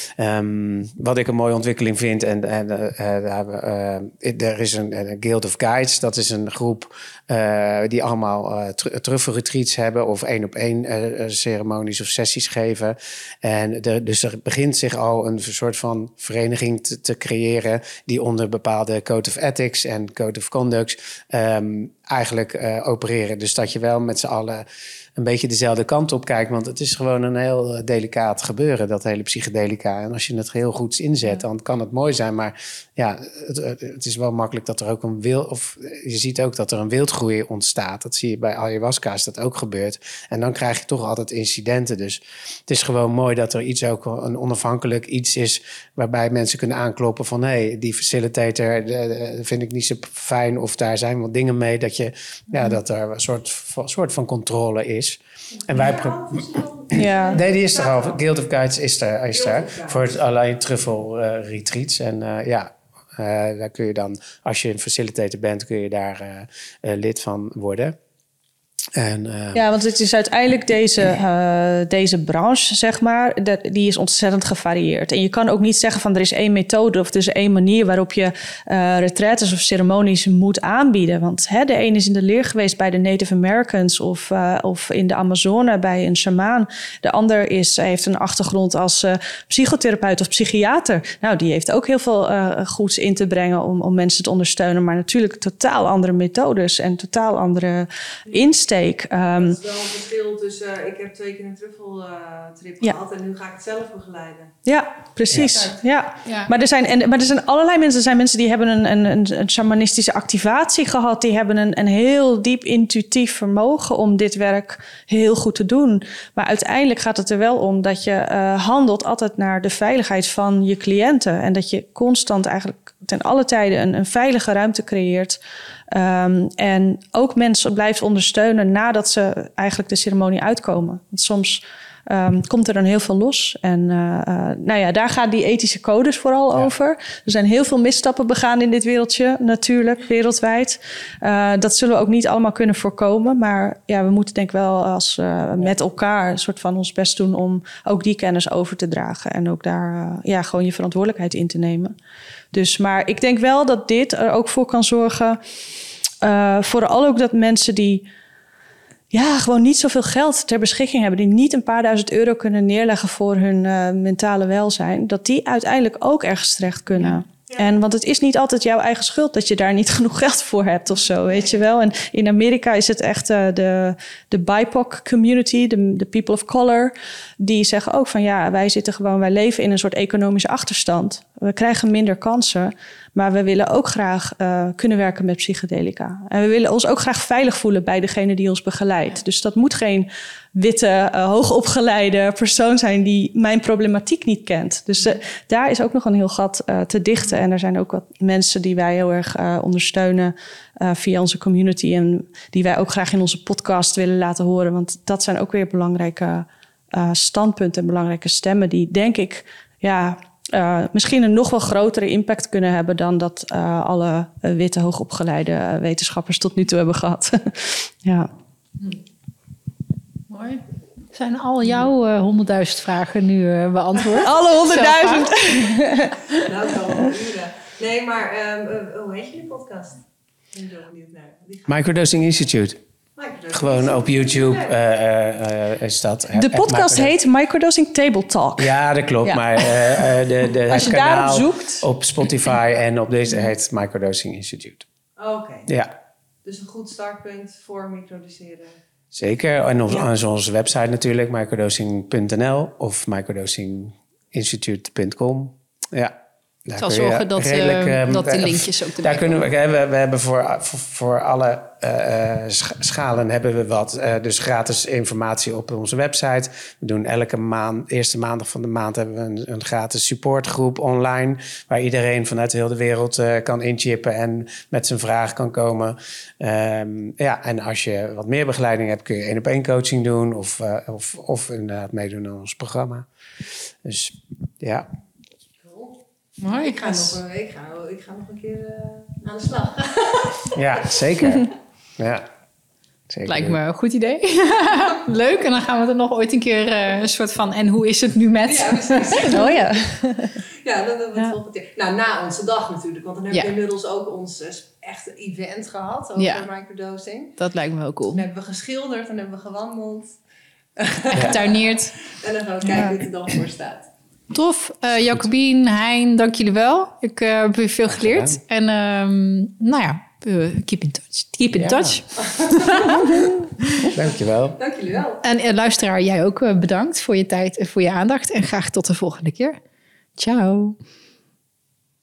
Um, wat ik een mooie ontwikkeling vind, en, en uh, daar uh, er is een, een Guild of Guides, dat is een groep uh, die allemaal uh, tr- truffelretreats hebben of één op één uh, ceremonies of sessies geven. En de, dus er begint zich al een soort van vereniging te, te creëren die onder bepaalde Code of Ethics en Code of Conduct um, eigenlijk uh, opereren. Dus dat je wel met z'n allen een beetje dezelfde kant op kijkt. Want het is gewoon een heel uh, delicaat gebeuren, dat hele psychedelica. En als je het heel goed inzet, dan kan het mooi zijn. Maar ja, het, het is wel makkelijk dat er ook een wil... of je ziet ook dat er een wildgroei ontstaat. Dat zie je bij ayahuasca, is dat ook gebeurt. En dan krijg je toch altijd incidenten. Dus het is gewoon mooi dat er iets ook een onafhankelijk iets is waarbij mensen kunnen aankloppen van hé, hey, die facilitator de, de, vind ik niet zo fijn of daar zijn wat dingen mee dat je ja, dat er een soort, soort van controle is. En wij pro- ja. Nee, die is er al. Guild of Guides is er, is er voor het alleen truffel uh, retreats. En uh, ja, uh, daar kun je dan, als je een facilitator bent, kun je daar uh, uh, lid van worden. En, uh... Ja, want het is uiteindelijk deze, uh, deze branche, zeg maar, dat, die is ontzettend gevarieerd. En je kan ook niet zeggen van er is één methode of er is één manier waarop je uh, retraites of ceremonies moet aanbieden. Want hè, de een is in de leer geweest bij de Native Americans of, uh, of in de Amazone bij een shamaan. De ander is, heeft een achtergrond als uh, psychotherapeut of psychiater. Nou, die heeft ook heel veel uh, goeds in te brengen om, om mensen te ondersteunen. Maar natuurlijk totaal andere methodes en totaal andere insteek. Um, dat is wel een verschil tussen, uh, ik heb twee keer een truffeltrip uh, ja. gehad en nu ga ik het zelf begeleiden. Ja, precies. Ja. Ja. Ja. Maar, er zijn, en, maar er zijn allerlei mensen. Er zijn mensen die hebben een, een, een, een shamanistische activatie gehad. Die hebben een, een heel diep intuïtief vermogen om dit werk heel goed te doen. Maar uiteindelijk gaat het er wel om dat je uh, handelt altijd naar de veiligheid van je cliënten. En dat je constant eigenlijk ten alle tijden een, een veilige ruimte creëert. Um, en ook mensen blijft ondersteunen nadat ze eigenlijk de ceremonie uitkomen. Want soms um, komt er dan heel veel los. En uh, uh, nou ja, daar gaan die ethische codes vooral ja. over. Er zijn heel veel misstappen begaan in dit wereldje, natuurlijk, wereldwijd. Uh, dat zullen we ook niet allemaal kunnen voorkomen. Maar ja, we moeten denk ik wel als uh, met elkaar een soort van ons best doen om ook die kennis over te dragen. En ook daar uh, ja, gewoon je verantwoordelijkheid in te nemen. Dus, maar ik denk wel dat dit er ook voor kan zorgen. Uh, vooral ook dat mensen die ja, gewoon niet zoveel geld ter beschikking hebben, die niet een paar duizend euro kunnen neerleggen voor hun uh, mentale welzijn, dat die uiteindelijk ook ergens terecht kunnen. Ja. Ja. En want het is niet altijd jouw eigen schuld dat je daar niet genoeg geld voor hebt of zo, weet je wel. En in Amerika is het echt uh, de, de B I P O C community, de, de people of color, die zeggen ook van ja, wij zitten gewoon, wij leven in een soort economische achterstand. We krijgen minder kansen. Maar we willen ook graag uh, kunnen werken met psychedelica. En we willen ons ook graag veilig voelen bij degene die ons begeleidt. Dus dat moet geen witte, uh, hoogopgeleide persoon zijn die mijn problematiek niet kent. Dus uh, daar is ook nog een heel gat uh, te dichten. En er zijn ook wat mensen die wij heel erg uh, ondersteunen uh, via onze community. En die wij ook graag in onze podcast willen laten horen. Want dat zijn ook weer belangrijke uh, standpunten en belangrijke stemmen die, denk ik, ja, uh, misschien een nog wel grotere impact kunnen hebben dan dat uh, alle uh, witte, hoogopgeleide uh, wetenschappers tot nu toe hebben gehad. Ja. Mooi. Zijn al jouw honderdduizend uh, vragen nu uh, beantwoord? Alle honderdduizend. Nou, dat kan wel uren. Nee, maar um, uh, hoe heet je die podcast? Ik ben zo benieuwd naar. Microdosing Institute. Microdosing Gewoon Institute. op YouTube uh, uh, is dat. De podcast heet Microdosing Table Talk. Ja, dat klopt. Ja. Maar uh, uh, de, de, als je het kanaal daarop zoekt. op Spotify en op deze heet Microdosing Institute. Oké. Okay. Ja. Dus een goed startpunt voor microdoseren. Zeker. En op Ja. onze website natuurlijk, microdosing punt n l of microdosing institute punt com. Ja. Ik zal zorgen dat, redelijk, uh, dat die linkjes ook erbij daar kunnen we, we, we hebben voor, voor, voor alle uh, schalen hebben we wat. Uh, dus gratis informatie op onze website. We doen elke maand, eerste maandag van de maand hebben we een, een gratis supportgroep online. Waar iedereen vanuit heel de wereld uh, kan inchippen en met zijn vraag kan komen. Um, ja, en als je wat meer begeleiding hebt, kun je één op één coaching doen. Of, uh, of, of inderdaad meedoen aan ons programma. Dus ja. Mooi. Ik ga, nog, uh, ik, ga, ik ga nog een keer uh, aan de slag. Ja, zeker. Ja, zeker. Lijkt me een goed idee. Leuk. En dan gaan we er nog ooit een keer uh, een soort van... En hoe is het nu met? Ja, precies. Oh ja. Ja, dan hebben we het Ja. volgende keer. Nou, na onze dag natuurlijk. Want dan hebben Ja. we inmiddels ook ons uh, echte event gehad over Ja. microdosing. Dat lijkt me wel cool. Dan hebben we geschilderd, dan hebben we gewandeld. En getuineerd. En dan gaan we kijken hoe het er dan voor staat. Tof. Uh, Jacobien, Hein, dank jullie wel. Ik uh, heb weer veel geleerd. En um, nou ja, uh, keep in touch. Keep in Ja. touch. Dankjewel. Dank jullie wel. En uh, luisteraar, jij ook uh, bedankt voor je tijd en voor je aandacht. En graag tot de volgende keer. Ciao.